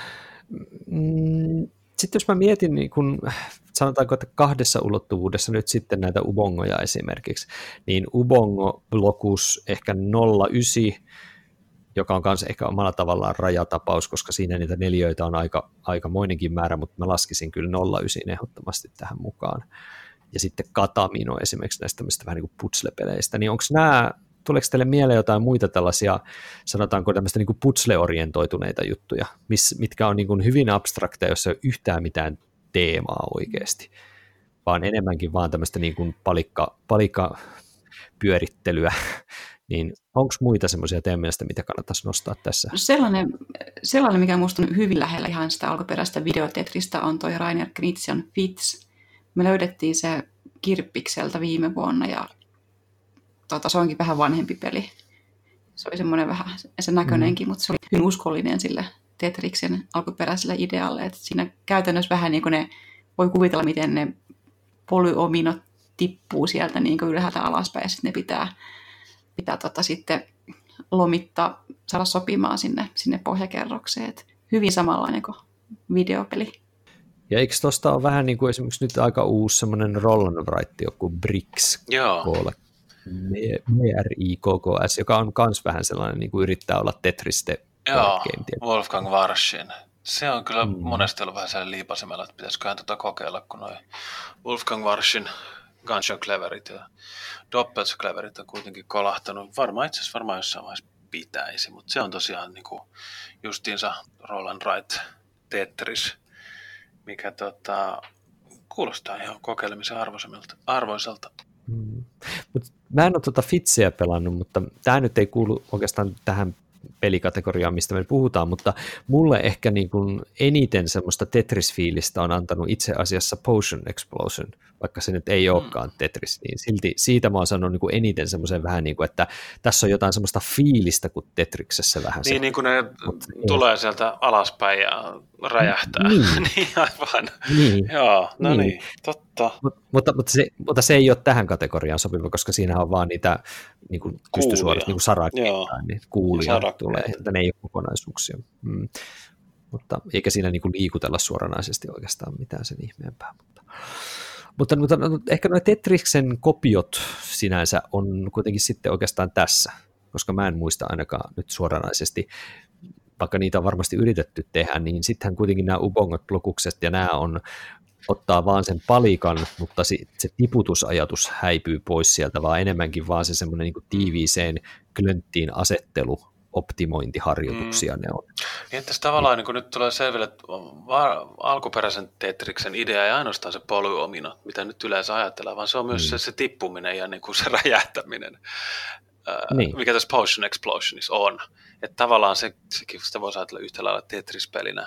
Mm, sitten jos mä mietin, niin kun, sanotaanko, että kahdessa ulottuvuudessa nyt sitten näitä Ubongoja esimerkiksi, niin Ubongo Blocus ehkä nolla yhdeksän, joka on myös ehkä omalla tavallaan rajatapaus, koska siinä niitä neliöitä on aika, aikamoinenkin määrä, mutta mä laskisin kyllä nolla yhdeksän ehdottomasti tähän mukaan. Ja sitten Katamino esimerkiksi näistä tämmöistä vähän niin kuin putsle-peleistä, niin onko nämä, tuleeko teille mieleen jotain muita tällaisia, sanotaanko tämmöistä niin kuin putsle-orientoituneita juttuja, miss, mitkä on niin kuin hyvin abstrakteja, jos ei ole yhtään mitään teemaa oikeasti, vaan enemmänkin vaan tämmöistä niin kuin palikka, palikkapyörittelyä, niin onko muita semmoisia teidän mielestä, mitä kannattaisi nostaa tässä? Sellainen, sellainen mikä minusta on hyvin lähellä ihan sitä alkuperäistä videotetristä, on toi Rainer Knizzian Fits. Me löydettiin se Kirppikseltä viime vuonna ja tota, se onkin vähän vanhempi peli. Se oli semmoinen vähän sen näköinenkin, mm. mutta se oli hyvin uskollinen sille Tetriksen alkuperäiselle idealle. Et siinä käytännössä vähän niin kuin ne, voi kuvitella, miten ne polyominot tippuu sieltä niin kuin ylhäältä alaspäin ja sitten ne pitää, pitää tota, sitten lomittaa, saada sopimaan sinne, sinne pohjakerrokseen. Et hyvin samanlainen kuin videopeli. Ja eikö tuosta ole vähän niin kuin esimerkiksi nyt aika uusi semmoinen roll and write, joku Bricks, M R I K K S, joka on myös vähän sellainen, niin kuin yrittää olla Tetriste. Joo, Wolfgang Warschin. Se on kyllä mm. monesti ollut vähän sellainen liipasemalla, että pitäisiköhän tuota kokeilla, kun noi Wolfgang Warschin Gungeon Cleverit ja Doppels Cleverit on kuitenkin kolahtanut. Varmaan itse asiassa varmaan jossain vaiheessa pitäisi, mutta se on tosiaan niin kuin justiinsa roll and write Tetris, mikä tota, kuulostaa ihan kokeilemisen arvoiselta. Mm. Mut mä en ole tuota Fitseä pelannut, mutta tämä nyt ei kuulu oikeastaan tähän pelikategoriaan, mistä me puhutaan, mutta mulle ehkä niin kuin eniten semmoista Tetris-fiilistä on antanut itse asiassa Potion Explosion, vaikka se nyt ei olekaan Tetris, niin silti siitä mä oon sanonut niin kuin eniten semmoisen vähän niin kuin, että tässä on jotain semmoista fiilistä kuin Tetriksessä vähän. Niin, se. niin kuin ne Mut, tulee ei. sieltä alaspäin ja räjähtää. Niin, niin aivan. Niin. Joo, no niin, niin totta. Mut, mutta, mutta, se, mutta se ei ole tähän kategoriaan sopiva, koska siinä on vaan niitä niin kuin pystysuorista niin kuin sarakkeita, niin kuulia tulee, että ne ei ole kokonaisuuksia. Mm. Mutta eikä siinä niin kuin liikutella suoranaisesti oikeastaan mitään sen ihmeempää. Mutta, mutta, mutta ehkä nuo Tetriksen kopiot sinänsä on kuitenkin sitten oikeastaan tässä, koska mä en muista ainakaan nyt suoranaisesti, vaikka niitä on varmasti yritetty tehdä, niin sittenhän kuitenkin nämä Ubongot blokukset ja nämä on ottaa vaan sen palikan, mutta se, se tiputusajatus häipyy pois sieltä, vaan enemmänkin vaan se semmoinen niin kuin tiiviiseen klönttiin asettelu, optimointiharjoituksia mm. ne on. Niin, että tavallaan niin kun nyt tulee selville, että alkuperäisen Tetriksen idea ei ainoastaan se polyomino, mitä nyt yleensä ajatellaan, vaan se on myös mm. se, se tippuminen ja niin kuin se räjähtäminen, niin. mikä tässä Potion Explosionissa on. Että tavallaan se, sekin sitä voisi ajatella yhtä lailla Tetris-pelinä,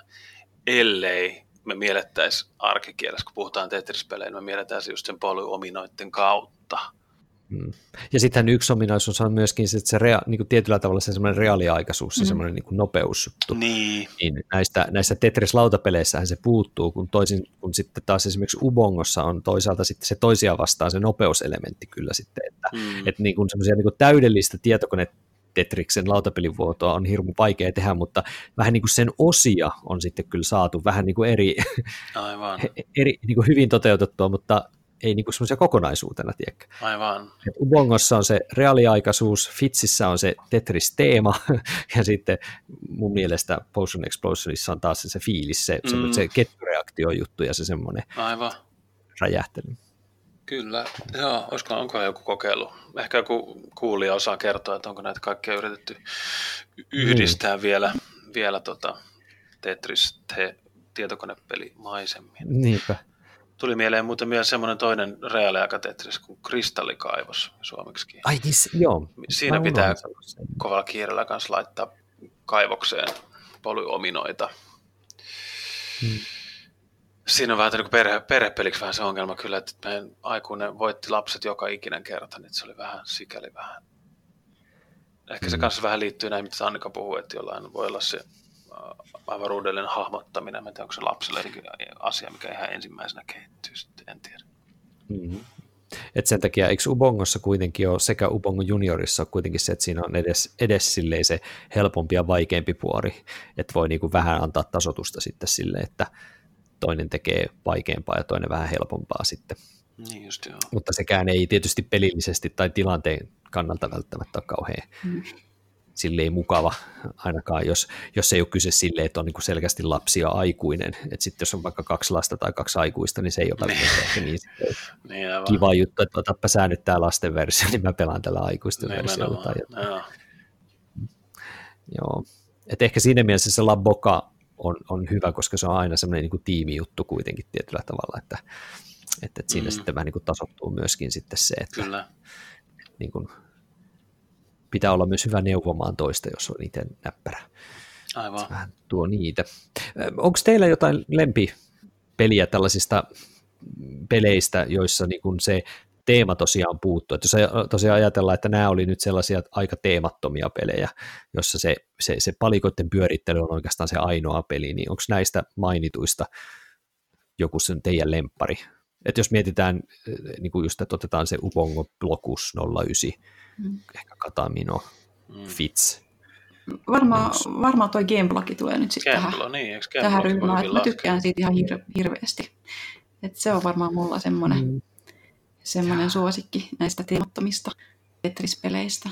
ellei me mielettäisiin arkikielessä, kun puhutaan Tetris-pelejä, niin me mielettäisiin just sen polyominoiden kautta. Mm. Ja sitten yksi ominaisuus on myöskin se, että se rea, niin kuin tietyllä tavalla se semmoinen reaaliaikaisuus, se mm. semmoinen niin kuin nopeusjuttu. Niin. Niin näistä, näistä Tetris-lautapeleissähän se puuttuu, kun toisin kun sitten taas esimerkiksi Ubongossa on toisaalta sitten se toisia vastaan se nopeuselementti kyllä sitten, että, mm. että niin kuin semmoisia niin kuin täydellistä tietokone Tetriksen lautapelivuotoa on hirmu vaikea tehdä, mutta vähän niin kuin sen osia on sitten kyllä saatu vähän niin kuin eri, Aivan. eri niin kuin hyvin toteutettua, mutta ei niin kuin semmoisia kokonaisuutena, tiedäkö? Aivan. Et Ubongossa on se reaaliaikaisuus, Fitsissä on se Tetris-teema, ja sitten mun mielestä Potion Explosionissa on taas se, se fiilis, se, mm. se ketjureaktiojuttu ja se semmoinen Aivan. räjähtely. Kyllä, joo, olisiko, onko joku kokeilu? Ehkä joku kuulija osaa kertoa, että onko näitä kaikkea yritetty yhdistää mm. vielä, vielä tota Tetris te, tietokonepelimaisemmin. Niinpä. Tuli mieleen muuten myös semmoinen toinen reaaliaika Tetris kuin Kristallikaivos suomeksikin. Ai niin, joo. Siinä pitää kovalla kiireellä kanssa laittaa kaivokseen polyominoita. Hmm. Siinä on vähän niin kuin perhe, perhepeliksi vähän se ongelma kyllä, että meidän aikuinen voitti lapset joka ikinen kerta, niin se oli vähän sikäli vähän. Ehkä se kanssa vähän liittyy näin, mitä Annika puhuu, että jollain voi olla se avaruudellinen hahmottaminen, mä en tiedä, onko se lapselle asia, mikä ihan ensimmäisenä kehittyy, sitten en tiedä. Mm-hmm. Et sen takia, eikö Ubongossa kuitenkin ole, sekä Ubongo Juniorissa on kuitenkin se, että siinä on edes, edes silleen se helpompi ja vaikeampi puori, että voi niinku vähän antaa tasotusta sitten silleen, että toinen tekee vaikeampaa ja toinen vähän helpompaa sitten. Niin just, joo. Mutta sekään ei tietysti pelillisesti tai tilanteen kannalta välttämättä ole kauhean mm. silleen mukava, ainakaan jos, jos ei ole kyse silleen, että on niin selkeästi lapsi ja aikuinen. Että sitten jos on vaikka kaksi lasta tai kaksi aikuista, niin se ei ole välttämättä ehkä niin, niin kiva juttu, että otapä sä nyt tää lasten versio, niin mä pelaan tällä aikuisten niin versiolla. Tai joo. Joo. Et ehkä siinä mielessä se La Boca on, on hyvä, koska se on aina semmoinen niin kuin tiimijuttu kuitenkin tietyllä tavalla, että, että, että siinä mm. sitten vähän niin kuin tasottuu myöskin sitten se, että Kyllä. Niin kuin, pitää olla myös hyvä neuvomaan toista, jos on itse näppärä. Aivan. Vähän tuo niitä. Onko teillä jotain lempipeliä tällaisista peleistä, joissa niin kuin se teema tosiaan puuttuu? Että jos tosiaan ajatellaan, että nämä oli nyt sellaisia aika teemattomia pelejä, jossa se, se, se palikoiden pyörittely on oikeastaan se ainoa peli, niin onko näistä mainituista joku sen teidän lemppari? Että jos mietitään, niin kuin just, että otetaan se Ubongo Blocus nolla yhdeksän, mm. ehkä Katamino, mm. Fits. Varmaan varmaa toi Gameblock tulee nyt sitten tähän, niin, tähän ryhmään, että mä tykkään siitä ihan hir- hirveästi. Että se on varmaan mulla semmoinen, mm. semmoinen suosikki näistä teemattomista Tetris-peleistä.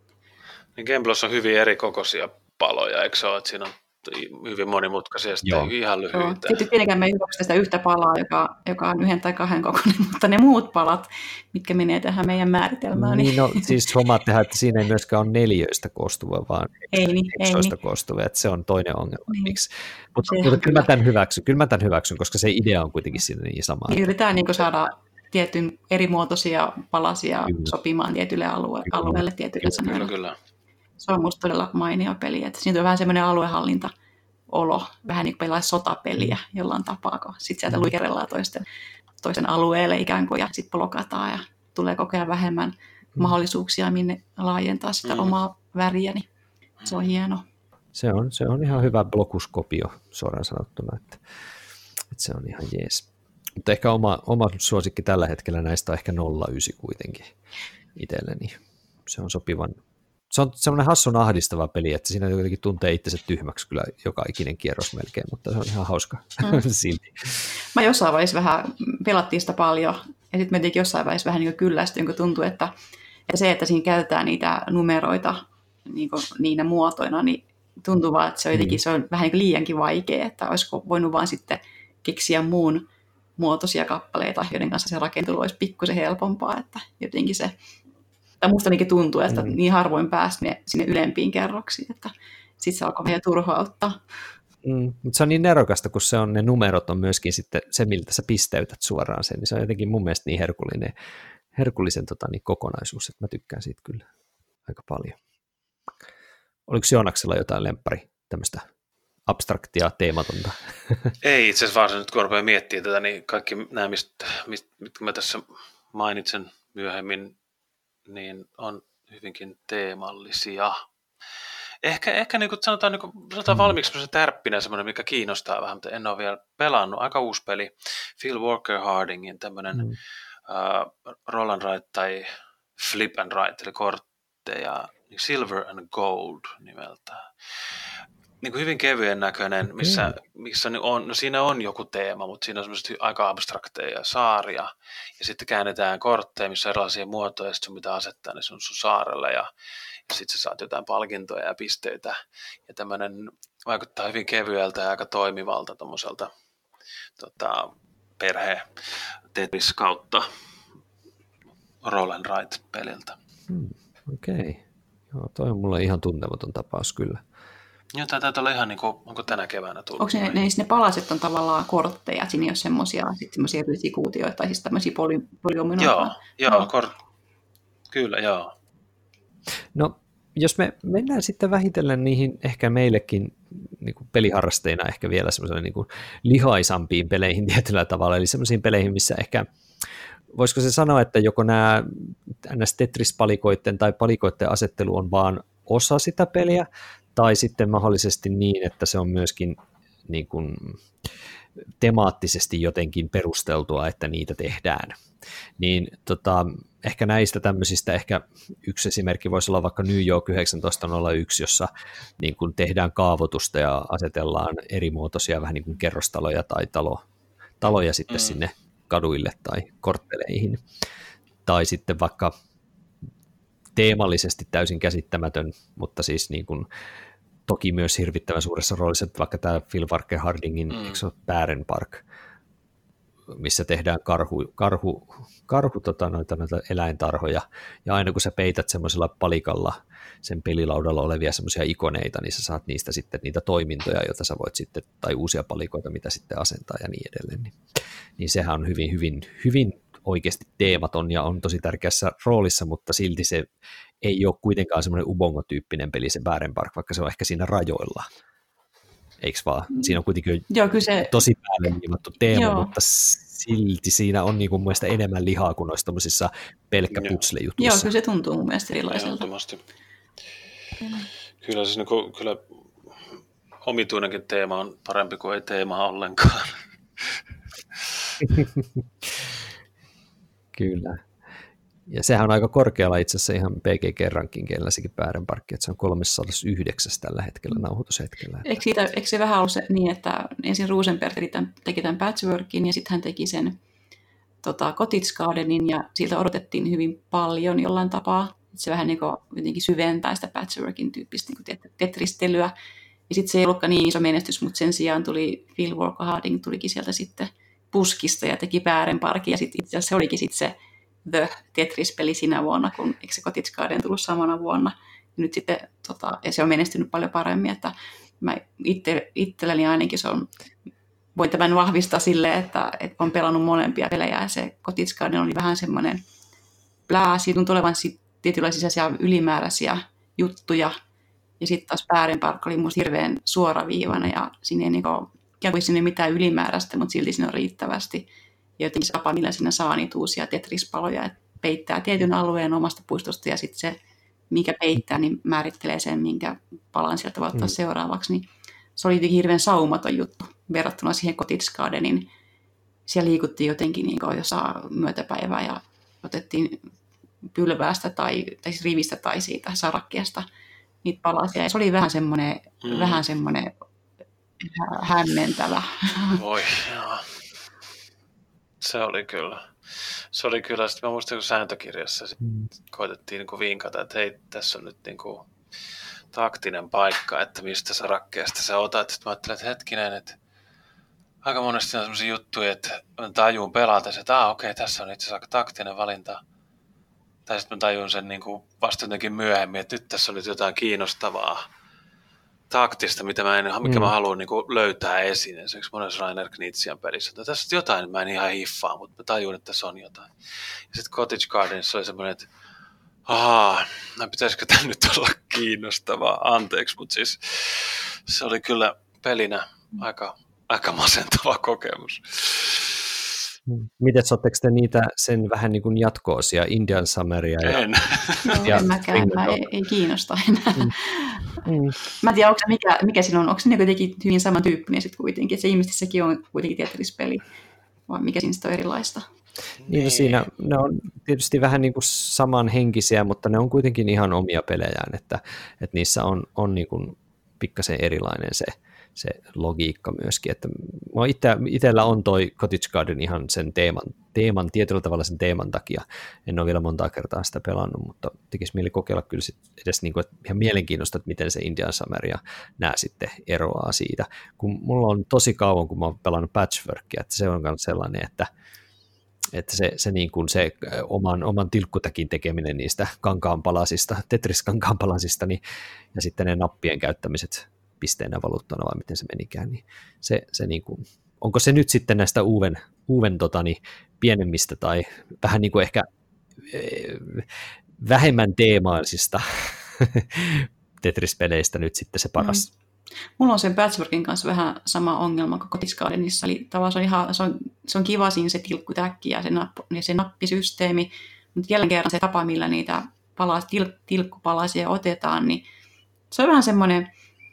Niin Gameblock on hyvin erikokoisia paloja, eikö se ole, että siinä on hyvin monimutkaisia ja sitten ihan lyhyitä. Tietysti tietenkään me ei hyväksytä sitä yhtä palaa, joka, joka on yhden tai kahden kokoinen, mutta ne muut palat, mitkä menee tähän meidän määritelmään. Niin, no siis hommaat tehdä, että siinä ei myöskään ole neljöistä koostuva, vaan ei, niin, eksoista niin. koostuva, että se on toinen ongelma. Niin. Miksi? Mutta, mutta kyllä, mä tämän hyväksyn, kyllä mä tämän hyväksyn, koska se idea on kuitenkin siinä niin sama. Niin yritetään niin saada tietyn erimuotoisia palasia kyllä. sopimaan tietylle alue, alueelle tietylle sanoille. Kyllä, kyllä. Se on musta todella mainio peli, että siinä on vähän semmoinen aluehallinta olo, vähän niin kuin pelaisi sotapeliä jollain tapaa, kun sitten sieltä luikerellaan toisten, toisten alueelle ikään kuin ja sitten blokataan ja tulee koko ajan vähemmän mm. mahdollisuuksia minne laajentaa sitä mm. omaa väriä, niin se on hieno. Se on, se on ihan hyvä blokuskopio suoraan sanottuna, että, että se on ihan jees. Mutta ehkä oma, oma suosikki tällä hetkellä näistä on ehkä nolla yhdeksän kuitenkin itselleni. Se on sopivan. Se on semmoinen hassun ahdistava peli, että siinä jotenkin tuntee itsensä tyhmäksi kyllä joka ikinen kierros melkein, mutta se on ihan hauska mm. silti. Mä jossain vaiheessa vähän pelattiin sitä paljon, ja sitten mä jotenkin jossain vaiheessa vähän niin kuin kyllästyin, kun tuntui, että ja se, että siinä käytetään niitä numeroita niin kuin niinä muotoina, niin tuntuu vaan, että se on jotenkin mm. se on vähän niin kuin liiankin vaikea, että olisiko voinut vaan sitten keksiä muun muotoisia kappaleita, joiden kanssa se rakentelu olisi pikkusen helpompaa, että jotenkin se tai musta ainakin tuntuu, että mm. niin harvoin pääsi sinne ylempiin kerroksiin, että sitten se alkoi vähän turhauttaa. Mm, mutta se on niin nerokasta, kun se on, ne numerot on myöskin sitten se, miltä sä pisteytät suoraan sen, niin se on jotenkin mun mielestä niin herkullinen, herkullisen tota, niin kokonaisuus, että mä tykkään siitä kyllä aika paljon. Oliko Joonaksella jotain lemppari, tämmöistä abstraktia, teematonta? Ei itse asiassa vaan nyt, kun rupeaa miettimään tätä, niin kaikki nämä, mistä, mitkä mä tässä mainitsen myöhemmin, niin on hyvinkin teemallisia. Ehkä, ehkä niin kuin sanotaan, niin kuin, sanotaan valmiiksi se tärppinen semmoinen, mikä kiinnostaa vähän, mutta en ole vielä pelannut. Aika uusi peli. Phil Walker Hardingin tämmöinen mm. uh, roll and write tai flip and write, eli kortteja, niin Silver and Gold nimeltään. Niin kuin hyvin kevyen näköinen, missä, missä on, no siinä on joku teema, mutta siinä on semmoiset aika abstrakteja saaria. Ja sitten käännetään kortteja, missä on erilaisia muotoja, ja sitten sun mitä asettaa, niin se on sun saarella. Ja, ja sitten sä saat jotain palkintoja ja pisteitä. Ja tämmöinen vaikuttaa hyvin kevyeltä ja aika toimivalta tommoselta tota, perhe Tetris kautta roll and write peliltä. Hmm, Okei. Okay. Joo, toi on mulle ihan tuntematon tapaus kyllä. Joo, tämä taitaa olla ihan niin kuin, onko tänä keväänä tullut? Onko ne, ne, ne palaset on tavallaan kortteja, että siinä ei ole semmoisia erillisiä kuutioita, tai siis tämmöisiä poli, polyominoita? Joo, joo no. kor- kyllä, joo. No, jos me mennään sitten vähitellen niihin ehkä meillekin niin kuin peliharrasteina ehkä vielä semmoiselle niin kuin lihaisampiin peleihin tietyllä tavalla, eli semmoisiin peleihin, missä ehkä, voisiko se sanoa, että joko nämä Tetris-palikoiden tai palikoiden asettelu on vaan osa sitä peliä, tai sitten mahdollisesti niin, että se on myöskin niin kuin temaattisesti jotenkin perusteltua, että niitä tehdään. Niin tota, ehkä näistä tämmöisistä, ehkä yksi esimerkki voisi olla vaikka New York yhdeksäntoista nolla yksi, jossa niin kuin tehdään kaavoitusta ja asetellaan eri muotoisia vähän niin kuin kerrostaloja tai talo, taloja sitten mm. sinne kaduille tai kortteleihin. Tai sitten vaikka teemallisesti täysin käsittämätön, mutta siis niin kuin toki myös hirvittävän suuressa roolissa, vaikka tämä Phil Walker Hardingin mm. eikö se ole Bärenpark, missä tehdään karhu, karhu, karhu tota, noita, noita eläintarhoja, ja aina kun sä peität semmoisella palikalla sen pelilaudalla olevia semmoisia ikoneita, niin sä saat niistä sitten niitä toimintoja, joita sä voit sitten, tai uusia palikoita, mitä sitten asentaa ja niin edelleen. Niin, niin sehän on hyvin, hyvin, hyvin oikeasti teematon ja on tosi tärkeässä roolissa, mutta silti se ei ole kuitenkaan semmoinen Ubongo-tyyppinen peli se Bärenpark, vaikka se on ehkä siinä rajoilla. Eikö vaan? Siinä on kuitenkin Joo, kyllä se tosi päälle liimattu teema, Joo. mutta silti siinä on niin kuin mun mielestä enemmän lihaa kuin noissa tommosissa pelkkä putsle-jutuissa. Joo, kyllä se tuntuu mun mielestä erilaiselta. Ehdottomasti. Kyllä, siis niin kuin, kyllä omituinenkin teema on parempi kuin ei teemaa ollenkaan. Kyllä. Ja sehän on aika korkealla itse asiassa ihan P G G-rankingeilläsikin Bärenparkki, että se on kolmesataayhdeksän tällä hetkellä nauhoitushetkellä. Eikö, siitä, eikö se vähän ollut se, niin, että ensin Rosenberg teki tämän patchworkin ja sitten hän teki sen tota, Cottage Gardenin ja siltä odotettiin hyvin paljon jollain tapaa. Se vähän niin kuin jotenkin syventää sitä patchworkin tyyppistä niin kuin tetristelyä. Ja sitten se ei ollutkaan niin iso menestys, mutta sen sijaan tuli Phil Walker Harding tulikin sieltä sitten puskista ja teki Bärenparkin ja sitten itse asiassa se olikin sitten se The Tetris-peli sinä vuonna, kun eikö se Cottage Garden tullut samana vuonna. Ja nyt sitten, tota, ja se on menestynyt paljon paremmin, että mä itse, itselleni ainakin se on, voin tämän vahvistaa silleen, että, että on pelannut molempia pelejä, ja se Cottage Garden oli vähän semmoinen plää, siitä on tulevan tietynlaisia ylimääräisiä juttuja, ja sitten taas Bärenpark oli musta hirveän suoraviivana, ja siinä ei niinku, ikään kuin sinne mitään ylimääräistä, mutta silti siinä on riittävästi. Ja jotenkin se tapa, millä siinä saa niitä uusia Tetris-paloja, että peittää tietyn alueen omasta puistosta ja sitten se, mikä peittää, niin määrittelee sen, minkä palan sieltä voi ottaa mm. seuraavaksi. Niin se oli jotenkin hirveän saumaton juttu verrattuna siihen Cottage Gardenin. Siellä liikuttiin jotenkin niin kuin jossain myötäpäivää ja otettiin pylväästä tai, tai siis rivistä tai siitä sarakkeesta niitä palasia. Ja se oli vähän semmoinen, mm. vähän semmoinen hämmentävä. Voi, joo. Se oli kyllä. Se oli kyllä. Sitten mä muistan, kun sääntökirjassa mm. koitettiin niin kuin vinkata, että hei, tässä on nyt niin kuin taktinen paikka, että mistä sarakkeesta sä otat. Sitten mä ajattelin, että hetkinen, että aika monesti on sellaisia juttuja, että mä tajun pelata, että ah, okei, okay, tässä on itse asiassa aika taktinen valinta. Tai sitten mä tajun sen niin kuin vasta jotenkin myöhemmin, että nyt tässä on nyt jotain kiinnostavaa taktista, mitä mä en, mikä mm. mä haluan niin kuin löytää esiin. Esimerkiksi monessa Rainer Knizian pelissä, että tässä on jotain, mä en ihan hiffaa, mutta mä tajun, että tässä on jotain. Ja sitten Cottage Gardenissa oli semmoinen, että ahaa, no pitäisikö tämä nyt olla kiinnostavaa, anteeksi, mutta siis se oli kyllä pelinä aika, aika masentava kokemus. Miten saatteko te niitä sen vähän niin kuin jatko-osia, Indian Summeria? Ja, en. No, ja en mäkään, mä ei, ei kiinnosta enää. Mm. Mm. Mä en tiedä, onko se mikä, mikä siinä on, onko se jotenkin hyvin samantyyppinen sitten kuitenkin, että se ilmeisesti sekin on kuitenkin Tetris-peli, vai mikä siinä on erilaista? Niin no siinä ne on tietysti vähän niin kuin samanhenkisiä, mutta ne on kuitenkin ihan omia pelejään, että, että niissä on, on niin kuin pikkasen erilainen se, se logiikka myöskin. Että itse, itsellä on toi Cottage Garden ihan sen teeman, teeman, tietyllä tavalla sen teeman takia. En ole vielä montaa kertaa sitä pelannut, mutta tekisi mieli kokeilla kyllä sit edes niin kuin, että ihan mielenkiintoista, että miten se Indian Summer ja nämä sitten eroaa siitä. Kun mulla on tosi kauan, kun mä oon pelannut Patchworkia, että se on myös sellainen, että että se, se, niin kuin se oman, oman tilkkutakin tekeminen niistä kankaanpalasista, Tetris-kankaanpalasista, niin, ja sitten ne nappien käyttämiset pisteenä valuuttana, vai miten se menikään, niin se, se niin kuin, onko se nyt sitten näistä uuden, uuden totani, pienemmistä tai vähän niin kuin ehkä vähemmän teemaisista Tetris-peleistä nyt sitten se paras? Mm. Mulla on sen Patchworkin kanssa vähän sama ongelma kuin Cottage Gardenissa, eli tavallaan se on, ihan, se on, se on kiva siinä se tilkkutäkki ja se, napp, ja se nappisysteemi, mutta jälleen kerran se tapa, millä niitä palas, til, tilkkupalasia otetaan, niin se on vähän semmoinen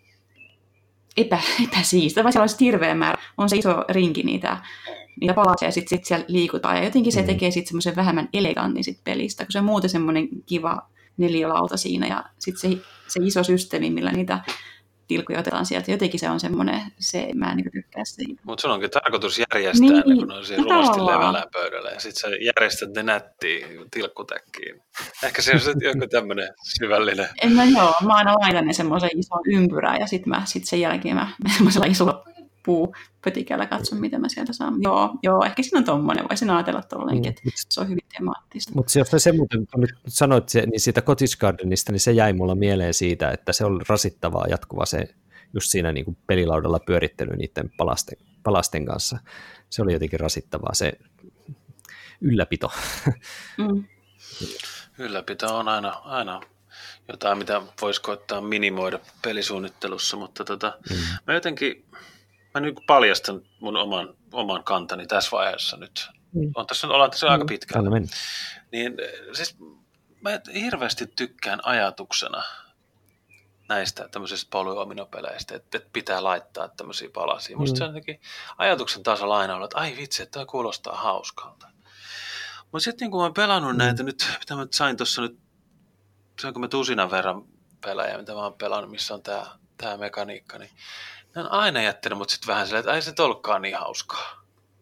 epä, epäsiistä, vai siellä on se hirveä määrä, on se iso rinki niitä, niitä palasia ja sitten sit siellä liikutaan, ja jotenkin se tekee sitten semmoisen vähemmän elegantin sit pelistä, kun se on muuten semmoinen kiva neliölauta siinä, ja sitten se, se iso systeemi, millä niitä tilkkuja otetaan sieltä. Jotenkin se on semmoinen, se mä en niin tykkää siitä. Mutta sun onkin tarkoitus järjestää niin, ne, kun on siinä rumasti levällään pöydällä. Ja sit sä järjestät ne nättiin tilkkutäkkiin. Ehkä se on joku tämmöinen syvällinen. En mä joo, mä aina laitan ne semmoisen ison ympyrään ja sitten sit sen jälkeen mä semmoisella isolla puupötikällä katson, mitä mä sieltä saan. Joo, joo, ehkä siinä on tommoinen, voisin ajatella tollenkin, että se on hyvin temaattista. Mutta jos se muuten nyt sanoit niin siitä Cottage Gardenista, niin se jäi mulla mieleen siitä, että se on rasittavaa jatkuva se just siinä niin kuin pelilaudalla pyörittely niiden palasten, palasten kanssa. Se oli jotenkin rasittavaa se ylläpito. Mm. Ylläpito on aina, aina jotain, mitä voisi koettaa minimoida pelisuunnittelussa, mutta tota, mm. mä jotenkin mä nyt paljastan mun oman, oman kantani tässä vaiheessa nyt. Mm. On tässä, ollaan tässä mm. aika pitkään. Niin, siis mä hirveästi tykkään ajatuksena näistä tämmöisistä polyominopeleistä, että pitää laittaa tämmöisiä palasia. Musta mm. se on jotenkin ajatuksen tasolla aina ollut, että ai vitsi, että toi kuulostaa hauskalta. Mutta sitten kun mä oon pelannut mm. näitä nyt, mitä mä sain tuossa nyt, saanko mä tusinan verran pelejä, mitä mä oon pelannut, missä on tää, tää mekaniikka, niin ne on aina jättänyt mut sitten vähän silleen, että ei se ollutkaan niin hauskaa.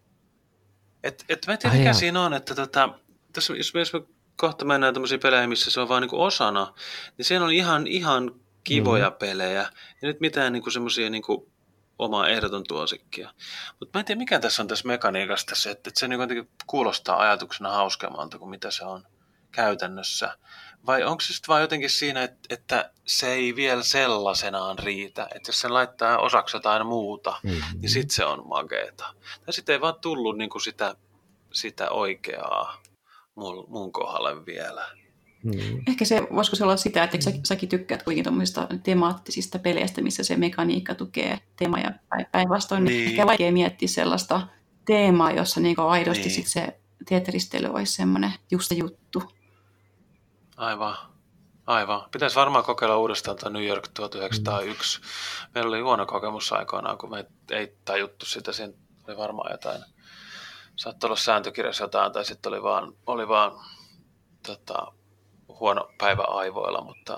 Et, et mä en tiedä, mikä siinä on, että tota, tässä, jos, jos me kohta mennään tämmöisiä pelejä, missä se on vaan niinku osana, niin siellä on ihan, ihan kivoja mm. pelejä, ja nyt mitään niinku semmoisia niinku omaa ehdoton tuosikkia. Mutta mä en tiedä, mikä tässä on tässä mekaniikasta se, että, että se niinku kuulostaa ajatuksena hauskemmalta kuin mitä se on käytännössä. Vai onko se sitten vaan jotenkin siinä, että, että se ei vielä sellaisenaan riitä, että jos sen laittaa osaksi jotain muuta, mm-hmm. niin sitten se on makeeta. Tai sitten ei vaan tullut niinku sitä, sitä oikeaa mun, mun kohdalle vielä. Mm. Ehkä se, voisiko se olla sitä, että sä, säkin tykkäät kuitenkin tuommoisista temaattisista peleistä, missä se mekaniikka tukee teema ja päinvastoin. Niin. Ehkä vaikea miettiä sellaista teemaa, jossa niinku aidosti niin. sit se teatristely olisi semmoinen just se juttu. Aivan, aivan. Pitäisi varmaan kokeilla uudestaan tuo New York tuhatyhdeksänsataayksi. Mm. Meillä oli huono kokemus aikoinaan, kun me ei tajuttu sitä. Siinä oli varmaan jotain, saattoi olla sääntökirjassa jotain, tai sitten oli vaan, oli vaan tota, huono päivä aivoilla, mutta,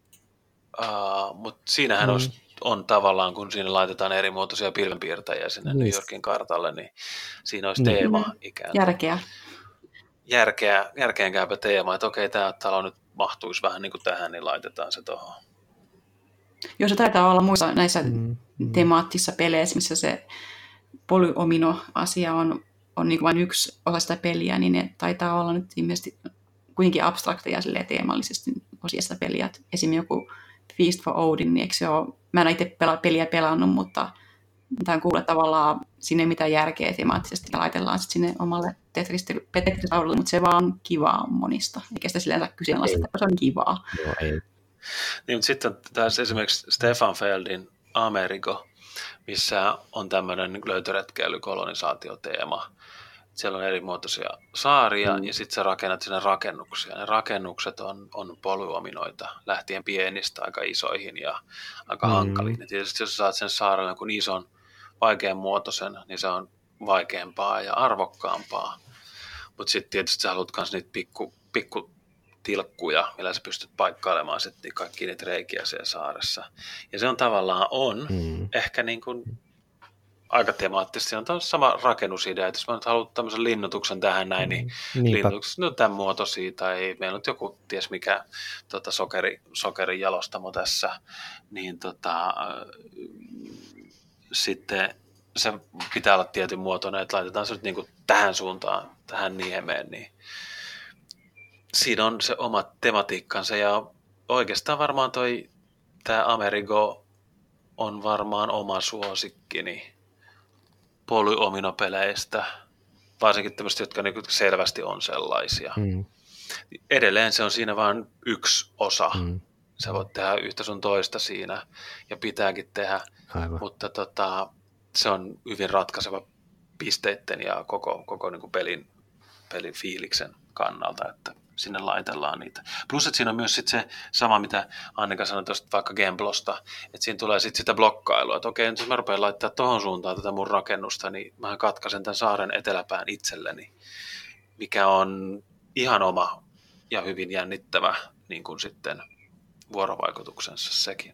uh, mutta siinähän mm. olisi, on tavallaan, kun siinä laitetaan eri muotoisia pilvenpiirtäjiä sinne yes. New Yorkin kartalle, niin siinä olisi teema mm-hmm. ikään kuin. Järkeä. Järkeä, järkeenkäypä teema, että okei, tämä talo nyt mahtuisi vähän niin kuin tähän, niin laitetaan se tuohon. Joo, se taitaa olla muissa näissä mm. temaattisissa peleissä, missä se polyomino-asia on, on niin kuin vain yksi osa sitä peliä, niin ne taitaa olla nyt ilmeisesti kuitenkin abstrakteja teemallisesti osia sitä peliä. Esimerkiksi joku Feast for Odin, niin eikö se ole, mä en itse pela, peliä pelannut, mutta tämän kuulla tavallaan sinne ei mitään järkeä temaattisesti ja laitellaan sitten sinne omalle Tetris-laululle, mutta se vaan on kivaa monista. Eikä sitä silleen saa kyseenalaista, että se on kivaa. Joo, ei. Niin, mutta sitten tässä esimerkiksi Stefan Feldin Amerigo, missä on tämmöinen löytöretkeily kolonisaatioteema. Siellä on eri muotoisia saaria Mm. ja sitten sä rakennat sinne rakennuksia. Ne rakennukset on, on polyominoita, lähtien pienistä aika isoihin ja aika Mm. hankaliin. Ja tietysti jos sä saat sen saarelle jonkun ison, vaikean muotoisen, niin se on vaikeampaa ja arvokkaampaa. Mutta sitten tietysti sä haluat myös niitä pikku, pikku tilkkuja, millä sä pystyt paikkailemaan sit niin kaikki niitä reikiä siellä saaressa. Ja se on tavallaan on Mm. ehkä niin kuin aika temaattisesti. Se on sama rakennusidea, että jos mä nyt haluan tämmöisen linnoituksen tähän näin, niin Niinpä. linnoitukset on tämän muotoisia, tai meillä on nyt joku, ties mikä tota, sokeri, sokerin jalostamo tässä, niin tota, sitten se pitää olla tietyn muotoinen, että laitetaan se nyt niin kuin tähän suuntaan, tähän niemeen, niin siinä on se oma tematiikkansa, ja oikeastaan varmaan toi tämä Amerigo on varmaan oma suosikkini polyominopeleistä, varsinkin tämmöistä, jotka niin selvästi on sellaisia. Mm. Edelleen se on siinä vain yksi osa. Mm. Sä voit tehdä yhtä sun toista siinä, ja pitääkin tehdä, Aivan. mutta tota, se on hyvin ratkaiseva pisteitten ja koko, koko niin kuin pelin, pelin fiiliksen kannalta, että sinne laitellaan niitä. Plus, että siinä on myös sit se sama, mitä Annika sanoi tuosta vaikka Gemblosta, että siinä tulee sitten sitä blokkailua, että okei, nyt jos mä rupean laittaa tohon suuntaan tätä mun rakennusta, niin mä katkaisen tämän saaren eteläpään itselleni, mikä on ihan oma ja hyvin jännittävä niin kuin sitten vuorovaikutuksensa sekin.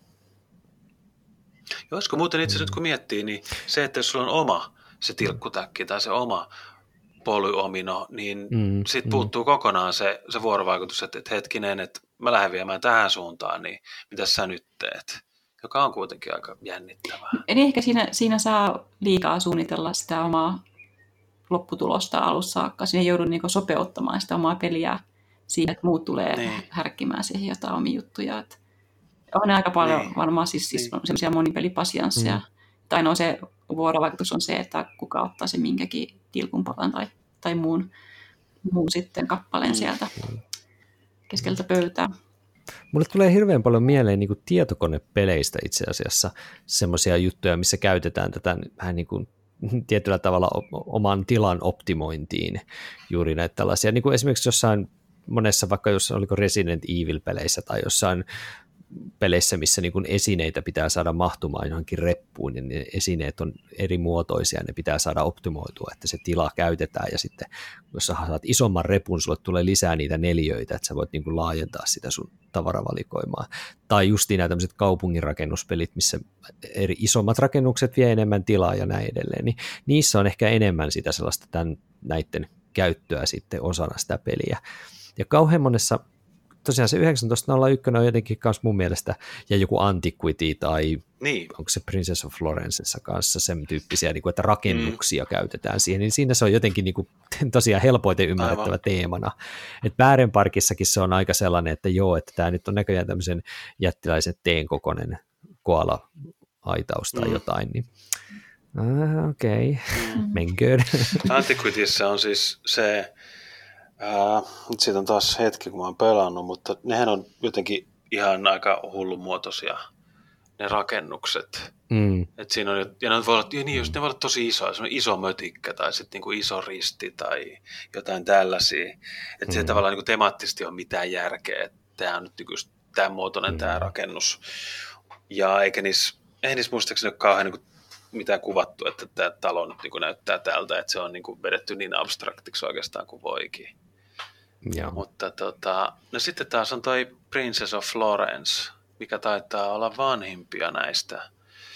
Ja olisiko muuten itse asiassa, kun miettii, niin se, että jos sulla on oma se tilkkutäkki tai se oma polyomino, niin Mm, sitten mm. puuttuu kokonaan se, se vuorovaikutus, että, että hetkinen, että mä lähden viemään tähän suuntaan, niin mitä sä nyt teet? Joka on kuitenkin aika jännittävää. Eli ehkä siinä, siinä saa liikaa suunnitella sitä omaa lopputulosta alussa saakka. Siinä joudun niin sopeuttamaan sitä omaa peliä siihen, että muut tulee Niin. härkkimään siihen jotain omia juttuja. Että on ne aika paljon Niin. varmaan siis, siis Niin. semmoisia monipelipasiansseja. Mm. Tai no se vuorovaikutus on se, että kuka ottaa sen minkäkin tilkunpalan tai, tai muun, muun sitten kappaleen Mm. sieltä keskeltä pöytää. Mulle tulee hirveän paljon mieleen niin kuin tietokonepeleistä itse asiassa semmoisia juttuja, missä käytetään tätä vähän niin kuin tietyllä tavalla o- oman tilan optimointiin juuri näitä tällaisia, niin kuin esimerkiksi jossain monessa, vaikka jos oliko Resident Evil-peleissä tai jossain peleissä, missä niin kuin esineitä pitää saada mahtumaan johonkin reppuun, niin ne esineet on eri muotoisia, ne pitää saada optimoitua, että se tila käytetään, ja sitten jos sä saat isomman repun, sulle tulee lisää niitä neliöitä, että sä voit niin kuin laajentaa sitä sun tavaravalikoimaa. Tai justiin nämä tämmöiset kaupunginrakennuspelit, missä eri isommat rakennukset vie enemmän tilaa ja näin edelleen, niin niissä on ehkä enemmän sitä sellaista tämän, näiden käyttöä sitten osana sitä peliä. Ja kauhean monessa tosiaan se yhdeksäntoista nolla yksi on jotenkin kanssa mun mielestä, ja joku Antiquity tai Niin. onko se Princess of Florencessa kanssa sen tyyppisiä, niin kuin, että rakennuksia mm. käytetään siihen, niin siinä se on jotenkin niin kuin, tosiaan helpoiten ymmärrettävä Aivan. teemana. Et Bärenparkissakin se on aika sellainen, että joo, että tämä nyt on näköjään tämmöisen jättiläisen teen kokoinen koala-aitaus tai mm. jotain, niin ah, okei, okay. Mm. menköön. Antiquityssä on siis se, ää, nyt siitä on taas hetki, kun mä oon pelannut, mutta nehän on jotenkin ihan aika hullunmuotoisia, ne rakennukset. Mm. Et siinä on, ja ne voi olla, ja niin, just, ne voi olla tosi isoja, se on iso mötikkä tai sitten niinku iso risti tai jotain tällaisia. Että mm. se tavallaan niinku temaattisesti on mitään järkeä, että tämä on nyt niinku tämän muotoinen mm. tämä rakennus. Ja eikä niissä, ei niissä muistaakseni ole kauhean niinku mitään kuvattu, että tämä talo nyt niinku näyttää tältä, että se on niinku vedetty niin abstraktiksi oikeastaan kuin voikin. Joo. Mutta tota, no sitten taas on toi Princess of Florence, mikä taitaa olla vanhimpia näistä,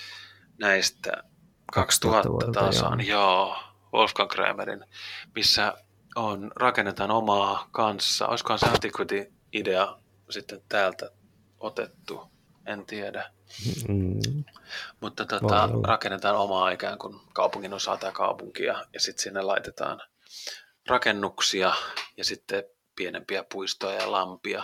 näistä kaksituhatta tasan, joo. joo, Wolfgang Kramerin, missä on, rakennetaan omaa kanssa. Olisikohan se Antiquity-idea sitten täältä otettu, en tiedä. Mm. Mutta tota, rakennetaan omaa ikään kuin kaupungin osaa tai kaupunkia, ja sitten sinne laitetaan rakennuksia ja sitten pienempiä puistoja ja lampia.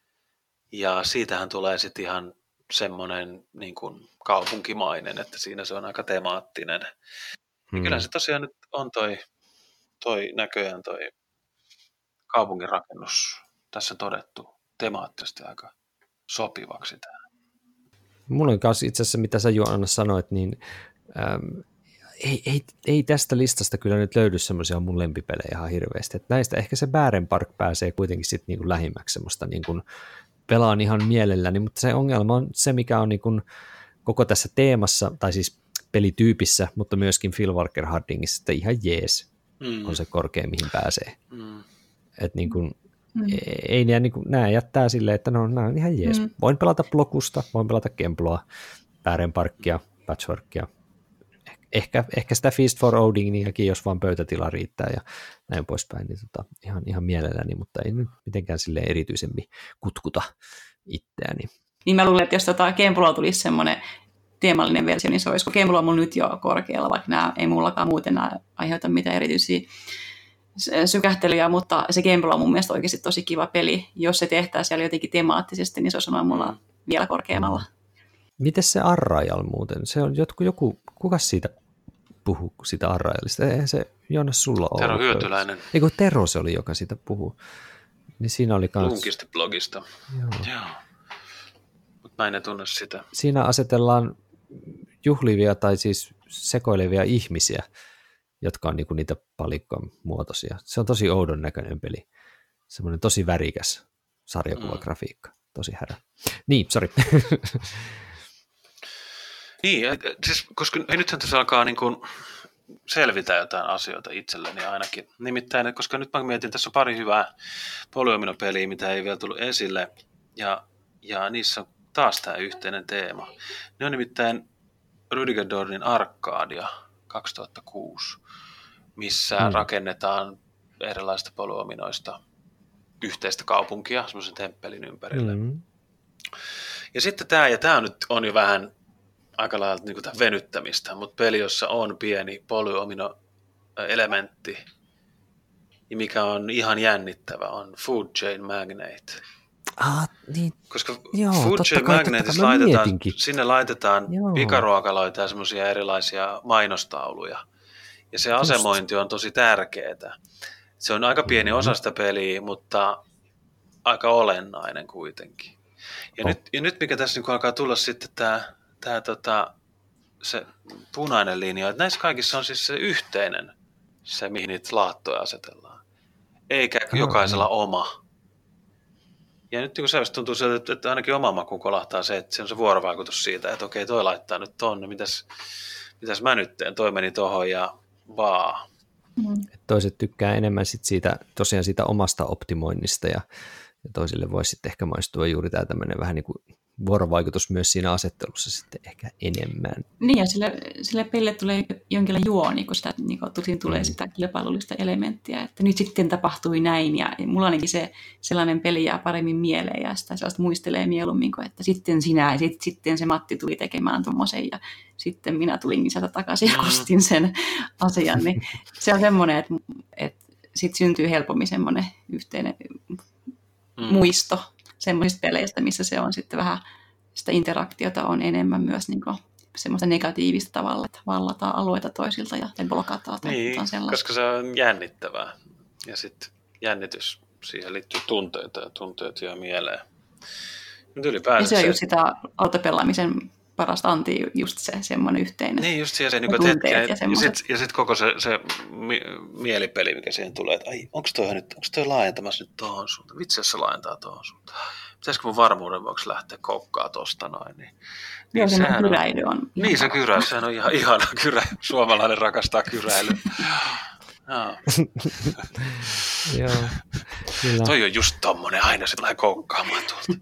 Ja siitähän tulee sitten ihan semmoinen niin kuin kaupunkimainen, että siinä se on aika temaattinen. Hmm. Kyllä se tosiaan nyt on toi, toi näköjään toi kaupungin rakennus tässä todettu temaattisesti aika sopivaksi tähän. Mulla on kanssa itse asiassa, mitä sä Joanna sanoit, niin ähm, ei, ei, ei tästä listasta kyllä nyt löydy semmoisia mun lempipelejä ihan hirveästi. Että näistä ehkä se Bären Park pääsee kuitenkin sitten niinku lähimmäksi semmoista niinku pelaan ihan mielelläni, mutta se ongelma on se, mikä on niinku koko tässä teemassa, tai siis pelityypissä, mutta myöskin Phil Walker Hardingissa, että ihan jees mm. on se korkea, mihin pääsee. Mm. Että niinku, mm. ei nämä, niinku, nämä jättää silleen, että no, nämä on ihan jees. Mm. Voin pelata Blokusta, voin pelata Kemploa, Bären Parkia, Patchworkia, Ehkä, ehkä sitä Feast for Odiniakin, jos vaan pöytätila riittää ja näin poispäin, niin tota, ihan, ihan mielelläni, mutta ei nyt mitenkään sille erityisemmin kutkuta itseäni. Niin mä luulen, että jos tota Kemploa tulisi semmoinen teemallinen versio, niin se olisi, kun Kemploa on mulla nyt jo korkealla, vaikka nämä ei mullakaan muuten nämä aiheuta mitään erityisiä sykähtelyjä, mutta se Kemploa on mun mielestä oikeasti tosi kiva peli. Jos se tehtäisiin siellä jotenkin temaattisesti, niin se olisi mulla vielä korkeammalla. Miten se Arrajal muuten? Se on joku, joku kukas siitä puhuu sitä Arrajalista? Eihän se, Joonas, sulla ollut. Tero Hyötyläinen. Eikö Tero se oli, joka siitä puhuu? Niin siinä oli kans... Lunkisti-blogista. Joo. Joo. Mutta mä en tunne sitä. Siinä asetellaan juhlivia tai siis sekoilevia ihmisiä, jotka on niinku niitä palikon muotoisia. Se on tosi oudon näköinen peli. Semmoinen tosi värikäs sarjakuvagrafiikka. Tosi härä. Niin, sori. Niin, siis, koska nythän tässä alkaa niin kuin selvitä jotain asioita itselleni ainakin. Nimittäin, koska nyt mä mietin, tässä on pari hyvää polyominopeliä, mitä ei vielä tullut esille, ja, ja niissä on taas tämä yhteinen teema. Ne on nimittäin Rüdiger Dornin Arcadia kaksituhattakuusi, missä hmm. rakennetaan erilaisista polyominoista yhteistä kaupunkia semmoisen temppelin ympärille. Hmm. Ja sitten tämä, ja tämä nyt on jo vähän aika lailla niin kuin venyttämistä, mutta peli, jossa on pieni polyomino-elementti, mikä on ihan jännittävä, on Food Chain Magnate. Ah, niin. Koska Joo, Food Chain Magnateissa laitetaan, sinne laitetaan Joo. pikaruokaloita ja semmoisia erilaisia mainostauluja. Ja se asemointi on tosi tärkeää. Se on aika pieni osa sitä peliä, mutta aika olennainen kuitenkin. Ja, oh. nyt, ja nyt mikä tässä niin alkaa tulla sitten tämä, tämä tota, se punainen linja, että näissä kaikissa on siis se yhteinen, se mihin niitä laattoja asetellaan. Eikä oh, jokaisella no. oma. Ja nyt niin selvästi tuntuu sieltä, että ainakin oma makuun kolahtaa se, että se on se vuorovaikutus siitä, että okei, toi laittaa nyt tonne, mitäs, mitäs mä nyt teen, toi meni tohon ja vaan. Mm. Toiset tykkää enemmän sit siitä, tosiaan siitä omasta optimoinnista ja, ja toisille voisi sitten ehkä maistua juuri tämä tämmöinen vähän niin kuin vuorovaikutus myös siinä asettelussa sitten ehkä enemmän. Niin ja sille, sille pelille tulee jonkinlainen juoni, kun sitä, niin kun tulee mm. sitä kilpailullista elementtiä, että nyt sitten tapahtui näin ja mulla ainakin se sellainen peli jää paremmin mieleen ja sitä sellaista muistelee mieluummin, että sitten sinä ja sit, sitten se Matti tuli tekemään tuommoisen ja sitten minä tulinkin sieltä takaisin ja kostin sen asian, niin se on semmoinen, että, että sitten syntyy helpommin semmoinen yhteinen mm. muisto semmoisista peleistä, missä se on sitten vähän sitä interaktiota on enemmän myös niin kuin semmoista negatiivista tavalla, että vallataan alueita toisilta ja blokataan tai niin, jotain sellaista. Koska se on jännittävää. Ja sitten jännitys, siihen liittyy tunteita ja tunteet jää mieleen. Ja se on just sitä autopelaamisen parasta anti, just se semmoinen yhteinen. Niin, just siihen se niin hetken, ja, ja sitten sit koko se, se mi- mielipeli, mikä siihen tulee, että ai, onko toi nyt, onko toi laajentamassa nyt tohon suuntaan? Vitsi, jos se laajentaa tohon suuntaan. Pitäisikö mun varmuuden vuoksi lähteä koukkaa tosta noin? Niin, joo, niin se kyräily on. on niin, se kyräily, sehän on ihan ihana kyräily. Suomalainen rakastaa kyräilyä. Joo. Kyllä. Toi on just tommonen, aina se tulee koukkaamaan tuolta.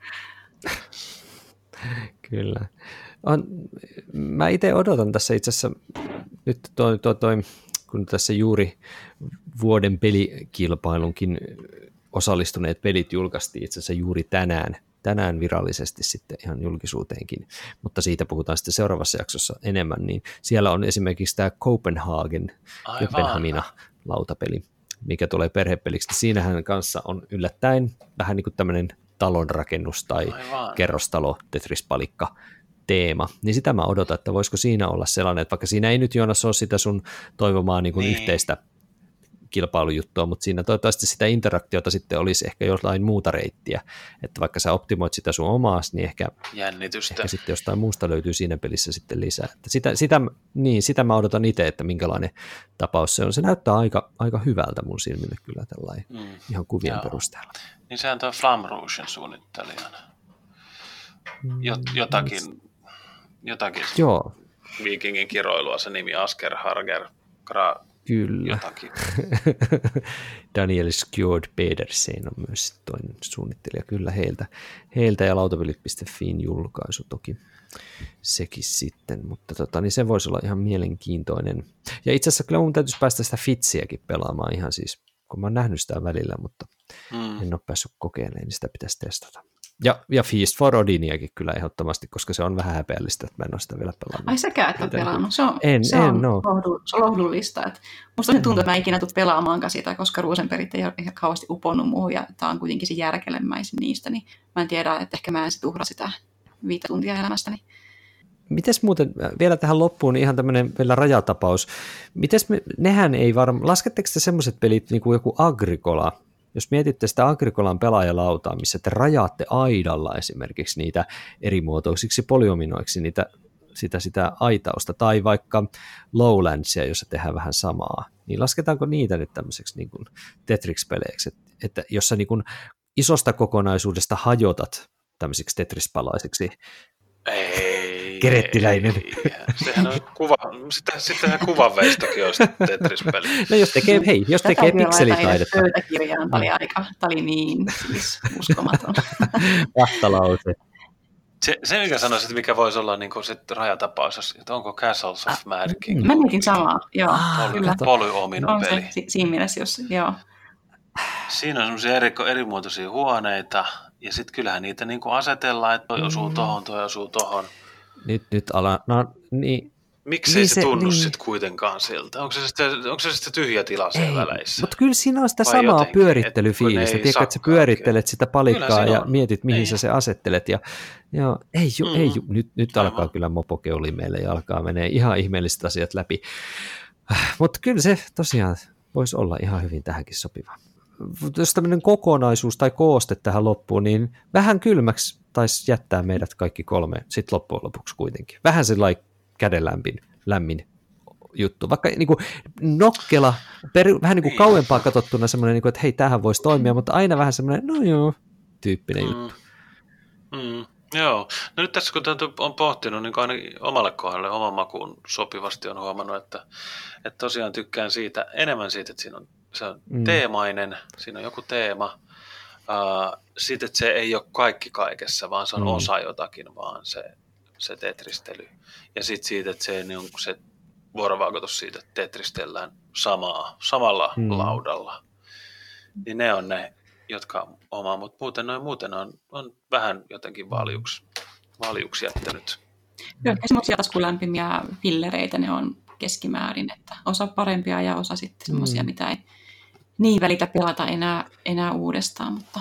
Kyllä. On, mä itse odotan tässä itse asiassa, nyt toi, toi, toi, kun tässä juuri vuoden pelikilpailunkin osallistuneet pelit julkaistiin itse asiassa juuri tänään, tänään virallisesti sitten ihan julkisuuteenkin, mutta siitä puhutaan sitten seuraavassa jaksossa enemmän, niin siellä on esimerkiksi tämä Copenhagen, Kööpenhamina lautapeli, mikä tulee perhepeliksi. Siinähän kanssa on yllättäen vähän niin kuin tämmöinen talonrakennus tai Aivan. kerrostalo, Tetris-palikka teema, niin sitä mä odotan, että voisiko siinä olla sellainen, että vaikka siinä ei nyt Joonas ole sitä sun toivomaa niin kuin niin. yhteistä kilpailujuttua, mutta siinä toivottavasti sitä interaktiota sitten olisi ehkä jotain muuta reittiä, että vaikka sä optimoit sitä sun omaas, niin ehkä, ehkä sitten jostain muusta löytyy siinä pelissä sitten lisää. Että sitä, sitä, niin, sitä mä odotan itse, että minkälainen tapaus se on. Se näyttää aika, aika hyvältä mun silmille kyllä tällainen mm. ihan kuvien Joo. perusteella. Niin se on tuo Flamme Rougen suunnittelijana. Jot, jotakin, jotakin Joo. viikingin kiroilua, se nimi Asker Harger Gra- Kyllä. jotakin. Daniel Skjord Pedersen on myös toinen suunnittelija, kyllä heiltä, heiltä ja lautapelit piste fiin julkaisu toki sekin sitten, mutta tota, niin se voisi olla ihan mielenkiintoinen. Ja itse asiassa kyllä mun täytyisi päästä sitä Fitsiäkin pelaamaan ihan siis, kun mä oon nähnyt sitä välillä, mutta mm. en ole päässyt kokeilemaan, niin sitä pitäisi testata. Ja, ja Feast for Odiniakin kyllä ehdottomasti, koska se on vähän häpeällistä, että mä en ole sitä vielä pelannut. Ai säkään et ole pelannut. Se on, en, se en, on, no. lohdu, se on lohdullista. Että musta se tuntuu, että mä en ikinä tule pelaamaankaan sitä, koska Rosenbergit ei ole ihan kauheasti uponnut muuhun, ja tämä on kuitenkin se järkelemäisin niistä, niin mä en tiedä, että ehkä mä en sit uhra sitä viittä tuntia elämästäni. Mites muuten, vielä tähän loppuun niin ihan tämmöinen vielä rajatapaus. Mites me, nehän ei varmaan, lasketteko te semmoiset pelit niin kuin joku Agricola? Jos mietitte sitä Agricolan pelaajalautaa, missä te rajaatte aidalla esimerkiksi niitä erimuotoisiksi polyominoiksi, niitä, sitä, sitä aitausta, tai vaikka Lowlandsia, jossa tehdään vähän samaa, niin lasketaanko niitä nyt tämmöiseksi niin kuin Tetris-peleiksi, että, että jos sä niin kuin isosta kokonaisuudesta hajotat tämmöisiksi Tetris-palaisiksi, ei, kerettiläinen. Ei, sehän on kuva, sitä, sitähän kuvanveistokin on Tetris-peli. No jos tekee, hei, jos Tätä tekee pikselitaidetta. Pöytäkirjaan, tämä oli aika, tämä oli niin siis uskomaton. Vastalause. Se, se, mikä sanoisin, että mikä voisi olla niin se rajatapaus, että onko Castles of Mad King? Mä mietin samaa, joo, ah, kyllä. Polyomino-peli. Se, siinä mielessä, jos, joo. Siinä on semmoisia eri, erimuotoisia huoneita, ja sitten kyllähän niitä niin kuin asetellaan, että toi osuu tohon, toi osuu tohon. Nyt, nyt ala, no niin. Miksei niin se, se tunnu niin. sitten kuitenkaan siltä? Onko se sitten, onko se sitten tyhjä tila siellä väleissä? Mutta kyllä siinä on sitä Vai samaa jotenkin, pyörittelyfiilistä. Tiedätkö, että sä pyörittelet sitä palikkaa ja mietit, mihin ei. sä se asettelet. Ja, ja ei, ju, mm. ei ju, nyt, nyt alkaa kyllä mopokeuli meille ja alkaa menee ihan ihmeelliset asiat läpi. Mutta kyllä se tosiaan voisi olla ihan hyvin tähänkin sopiva. Jos tämmöinen kokonaisuus tai kooste tähän loppuun, niin vähän kylmäksi taisi jättää meidät kaikki kolme sitten loppujen lopuksi kuitenkin. Vähän sellainen kädenlämmin lämmin juttu. Vaikka niin kuin nokkela, per, vähän niin kuin kauempaa katsottuna semmoinen, niin kuin, että hei, tämähän voisi toimia, mutta aina vähän semmoinen, no joo, tyyppinen mm. juttu. Mm. Joo. No nyt tässä kun on pohtinut, niin ainakin omalle kohdalle, oman makuun sopivasti on huomannut, että, että tosiaan tykkään siitä, enemmän siitä, että siinä on, se on mm. teemainen, siinä on joku teema. Uh, sitten, että se ei ole kaikki kaikessa, vaan se on mm. osa jotakin, vaan se, se tetristely. Ja sitten siitä, että se, niin se vuorovaikutus siitä, että tetristellään samaa, samalla mm. laudalla. Niin ne on ne, jotka omaa, mutta muuten noin muuten on, on vähän jotenkin valjuksi, valjuksi jättänyt. Kyllä, semmoisia taskulämpimiä pillereitä ne on keskimäärin, että osa parempia ja osa sitten semmoisia, mm. mitä ei niin välitä pelata enää, enää uudestaan, mutta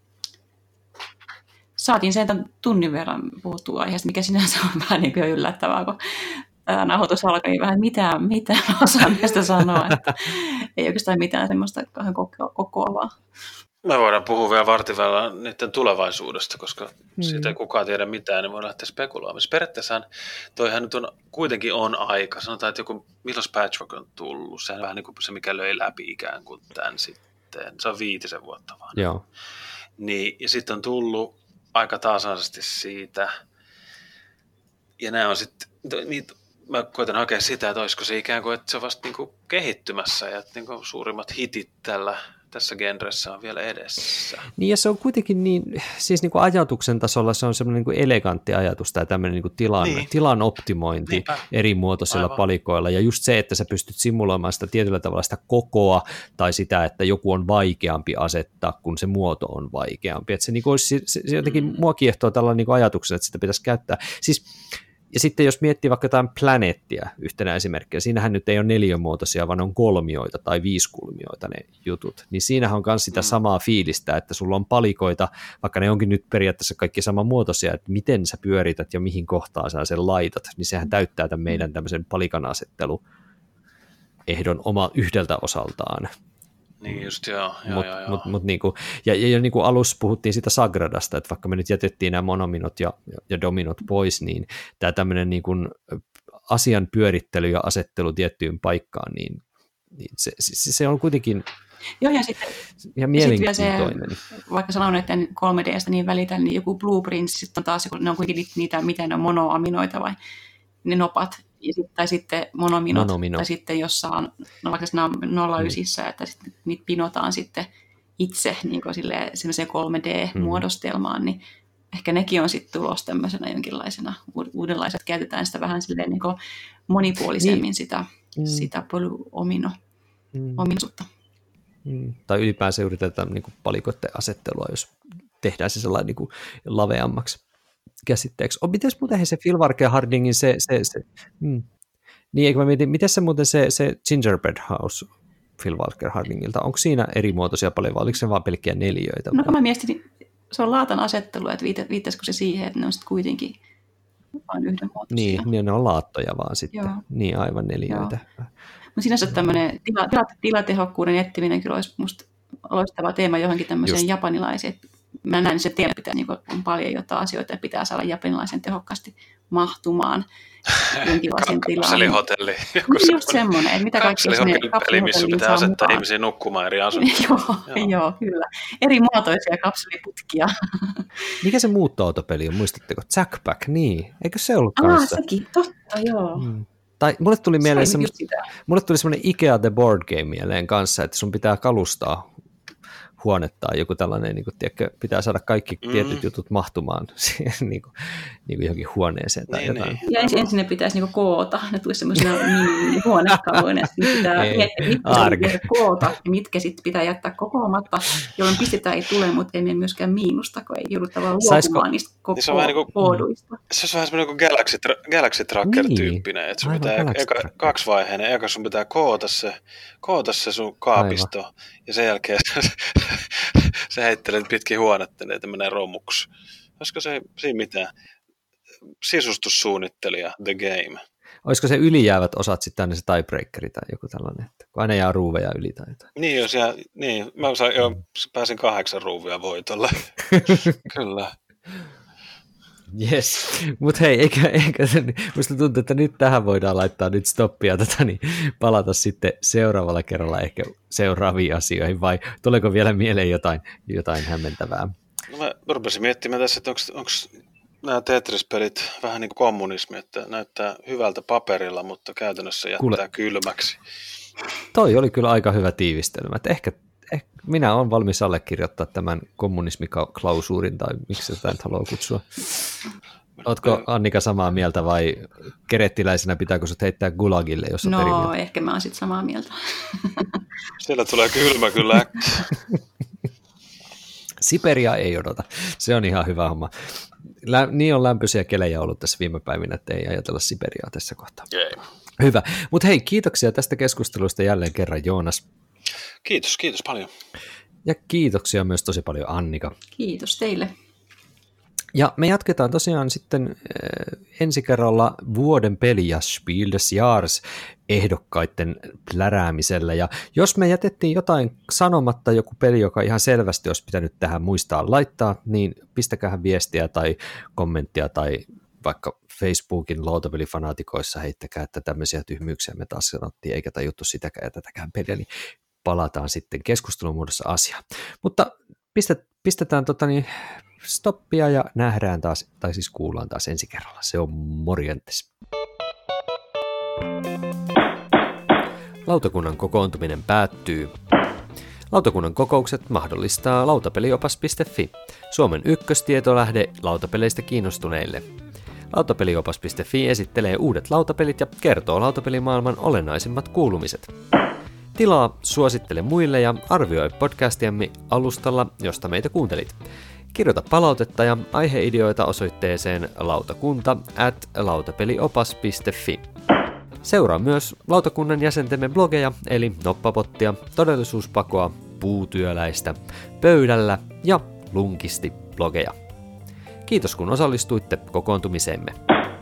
saatiin sen tunnin verran puhuttua aiheesta, mikä sinänsä on vähän niin kuin yllättävää, kun nauhoitus alkoi, niin vähän mitään, mitään osaa näistä sanoa, että ei oikeastaan mitään semmoista kauhean kokoavaa. Me voidaan puhua vielä vartin verran niiden tulevaisuudesta, koska mm. siitä ei kukaan tiedä mitään, niin voi lähteä spekuloimaan. Periaatteessa toihan nyt on, kuitenkin on aika. Sanotaan, että joku, milloin Patchwork on tullut, sehän on vähän niin kuin se, mikä löi läpi ikään kuin tämän sitten. Se on viitisen vuotta vaan. Joo. Niin, ja sitten on tullut aika tasaisesti siitä. Ja nämä on sitten, niitä, mä koitan hakea sitä, että olisiko se ikään kuin, että se on vasta niin kuin kehittymässä ja että niin kuin suurimmat hitit tällä tässä genressä on vielä edessä. Niin ja se on kuitenkin niin, siis niin kuin ajatuksen tasolla se on semmoinen niin kuin elegantti ajatus tai tämmöinen niin kuin tilan, niin. tilan optimointi Niinpä. eri muotoisilla Aivan. palikoilla ja just se, että sä pystyt simuloimaan sitä tietyllä tavalla sitä kokoa tai sitä, että joku on vaikeampi asettaa, kun se muoto on vaikeampi. Että se, niin kuin olisi, se, se jotenkin mm. mua kiehtoo tällainen niin kuin ajatuksena, että sitä pitäisi käyttää. Siis ja sitten jos miettii vaikka jotain planeettia yhtenä esimerkkiä, siinähän nyt ei ole neliömuotoisia, vaan on kolmioita tai viisikulmioita ne jutut, niin siinähän on myös sitä samaa fiilistä, että sulla on palikoita, vaikka ne onkin nyt periaatteessa kaikki samanmuotoisia, että miten sä pyörität ja mihin kohtaan sä sen laitat, niin sehän täyttää tämän meidän tämmöisen palikan asetteluehdon oma yhdeltä osaltaan. Niin just, joo. joo, mut, joo, joo. Mut, mut niinku, ja, ja jo niinku alussa puhuttiin sitä Sagradasta, että vaikka me nyt jätettiin nämä monominot ja, ja dominot pois, niin tämä tämmöinen niinku asian pyörittely ja asettelu tiettyyn paikkaan, niin, niin se, se, se on kuitenkin Joo, ja sitten, ja mielenkiintoinen. Se, vaikka sanon, että kolme D:stä niin välitän, niin joku Blueprint sitten on taas, kun ne on kuitenkin niitä, miten ne on monoaminoita vai ne nopat, ja sit, tai sitten monominot, Monomino. Tai sitten jossain, no vaikka siinä on nolla ysissä, mm. että sitten niitä pinotaan sitten itse niin semmoiseen kolme D-muodostelmaan, mm. niin ehkä nekin on sitten tulos tämmöisenä jonkinlaisena uudenlaisena, että käytetään sitä vähän silleen niin monipuolisemmin niin. sitä, mm. sitä polyominoisuutta. Mm. Mm. Tai ylipäänsä yritetään niin kuin palikoiden asettelua, jos tehdään se sellainen niin kuin laveammaksi käsitteeksi. Oh, miten muuten he se Phil Walker-Hardingin se, se, se mm. niin eikö mä mietin, miten se muuten se, se Gingerbread House Phil Walker-Hardingilta, onko siinä eri muotoisia paljon vai oliko se vaan pelkkiä neliöitä? No kun mä mietin, se on laatan asettelu, että viittaisiko se siihen, että ne on sitten kuitenkin vain yhdenmuotoisia. Niin, niin ne on laattoja vaan sitten, Joo. niin aivan neliöitä. Joo. No sinänsä tämmöinen tila, tilatehokkuuden etsiminen kyllä olisi musta loistava teema johonkin tämmöiseen Just. japanilaiseen. Mä näen, että se teema pitää, niin on paljon jotain asioita ja pitää saada japanilaisen tehokkaasti mahtumaan jonkinlaisen tilaan. Kapselihotelli. Niin just semmoinen, että mitä kaikkea sinne kapselihotelli, missä pitää asettaa mukaan. Ihmisiä nukkumaan eri asuntoja. joo, joo. joo, kyllä. Eri muotoisia kapseliputkia. Mikä se muutto-autopeli on, muistatteko? Jackpack, niin. Eikö se ollut kanssa? Ah, sekin, totta, joo. Hmm. Tai mulle tuli mieleen se, mulle tuli semmoinen Ikea The Board Game mieleen kanssa, että sun pitää kalustaa huonetta, joku tällainen, niin kuin, tiedätkö, pitää saada kaikki mm. tietyt jutut mahtumaan siihen, niin kuin, niin kuin johonkin huoneeseen tai niin, jotain. Niin. Ja ensin, ensin ne pitäisi niin kuin koota, ne tulisi semmoisena huonekaluina, että pitää miettiä, mitkä koota ja mitkä sitten pitää jättää kokoamatta, jolloin pistetään ei tule, mutta ei mene myöskään miinusta, kun ei joudu tavallaan luopumaan niistä koko niin niin kooduista. Se on vähän semmoinen kuin Galaxy, Galaxy Tracker-tyyppinen, niin. Että sun pitää eka, kaksivaiheinen, eka sun pitää koota se, koota se sun kaapisto, Aivan. ja sen jälkeen sä heittelet pitkin huonetta, että menee romuksi. Olisiko se siinä mitään? Sisustussuunnittelija, The Game. Olisiko se ylijäävät osat sitten aina se tiebreakeri tai joku tällainen, että kun aina jää ruuveja yli tai jotain. Niin, jos jää, niin. Mä sain, jo, pääsin kahdeksan ruuvia voitolle. Kyllä. Jes, mutta hei, eikä, eikä, musta tuntuu, että nyt tähän voidaan laittaa nyt stoppia, tota, niin palata sitten seuraavalla kerralla ehkä seuraaviin asioihin, vai tuleeko vielä mieleen jotain, jotain hämmentävää? No mä rupesin miettimään tässä, että onko nämä Tetris-pelit vähän niin kuin kommunismi, että näyttää hyvältä paperilla, mutta käytännössä jättää Kuule, kylmäksi. Toi oli kyllä aika hyvä tiivistelmä, että ehkä Eh, minä olen valmis allekirjoittaa tämän kommunismiklausuurin, tai miksi sitä nyt haluaa kutsua. Oletko Annika samaa mieltä vai kerettiläisenä pitääkö sut heittää gulagille, jos on no, eri mieltä? No, ehkä mä oon sitten samaa mieltä. Siellä tulee kylmä kyllä. Siberia ei odota. Se on ihan hyvä homma. Lä- niin on lämpöisiä kelejä ollut tässä viime päivinä, että ei ajatella Siberiaa tässä kohtaa. Yeah. Hyvä. Mutta hei, kiitoksia tästä keskustelusta jälleen kerran, Joonas. Kiitos, kiitos paljon. Ja kiitoksia myös tosi paljon, Annika. Kiitos teille. Ja me jatketaan tosiaan sitten äh, ensi kerralla vuoden peli ja Spiel des Jahres ehdokkaiden pläräämisellä. Ja jos me jätettiin jotain sanomatta, joku peli, joka ihan selvästi olisi pitänyt tähän muistaa laittaa, niin pistäkäähän viestiä tai kommenttia tai vaikka Facebookin lautapelifanaatikoissa heittäkää, että tämmöisiä tyhmyyksiä me taas sanottiin, eikä tajuttu sitäkään ja tätäkään peliä, niin palataan sitten keskustelun muodossa asiaan. Mutta pistetään tota niin, stoppia ja nähdään taas, tai siis kuullaan taas ensi kerralla. Se on morjentes. Lautakunnan kokoontuminen päättyy. Lautakunnan kokoukset mahdollistaa lautapeliopas piste fi, Suomen ykköstietolähde lautapeleistä kiinnostuneille. Lautapeliopas piste fi esittelee uudet lautapelit ja kertoo lautapelimaailman olennaisimmat kuulumiset. Tilaa, suosittele muille ja arvioi podcastiamme alustalla, josta meitä kuuntelit. Kirjoita palautetta ja aiheideoita osoitteeseen lautakunta at lautapeliopas piste fi. Seuraa myös lautakunnan jäsentemme blogeja, eli Noppapottia, Todellisuuspakoa, Puutyöläistä, Pöydällä ja Lunkisti blogeja. Kiitos kun osallistuitte kokoontumiseemme.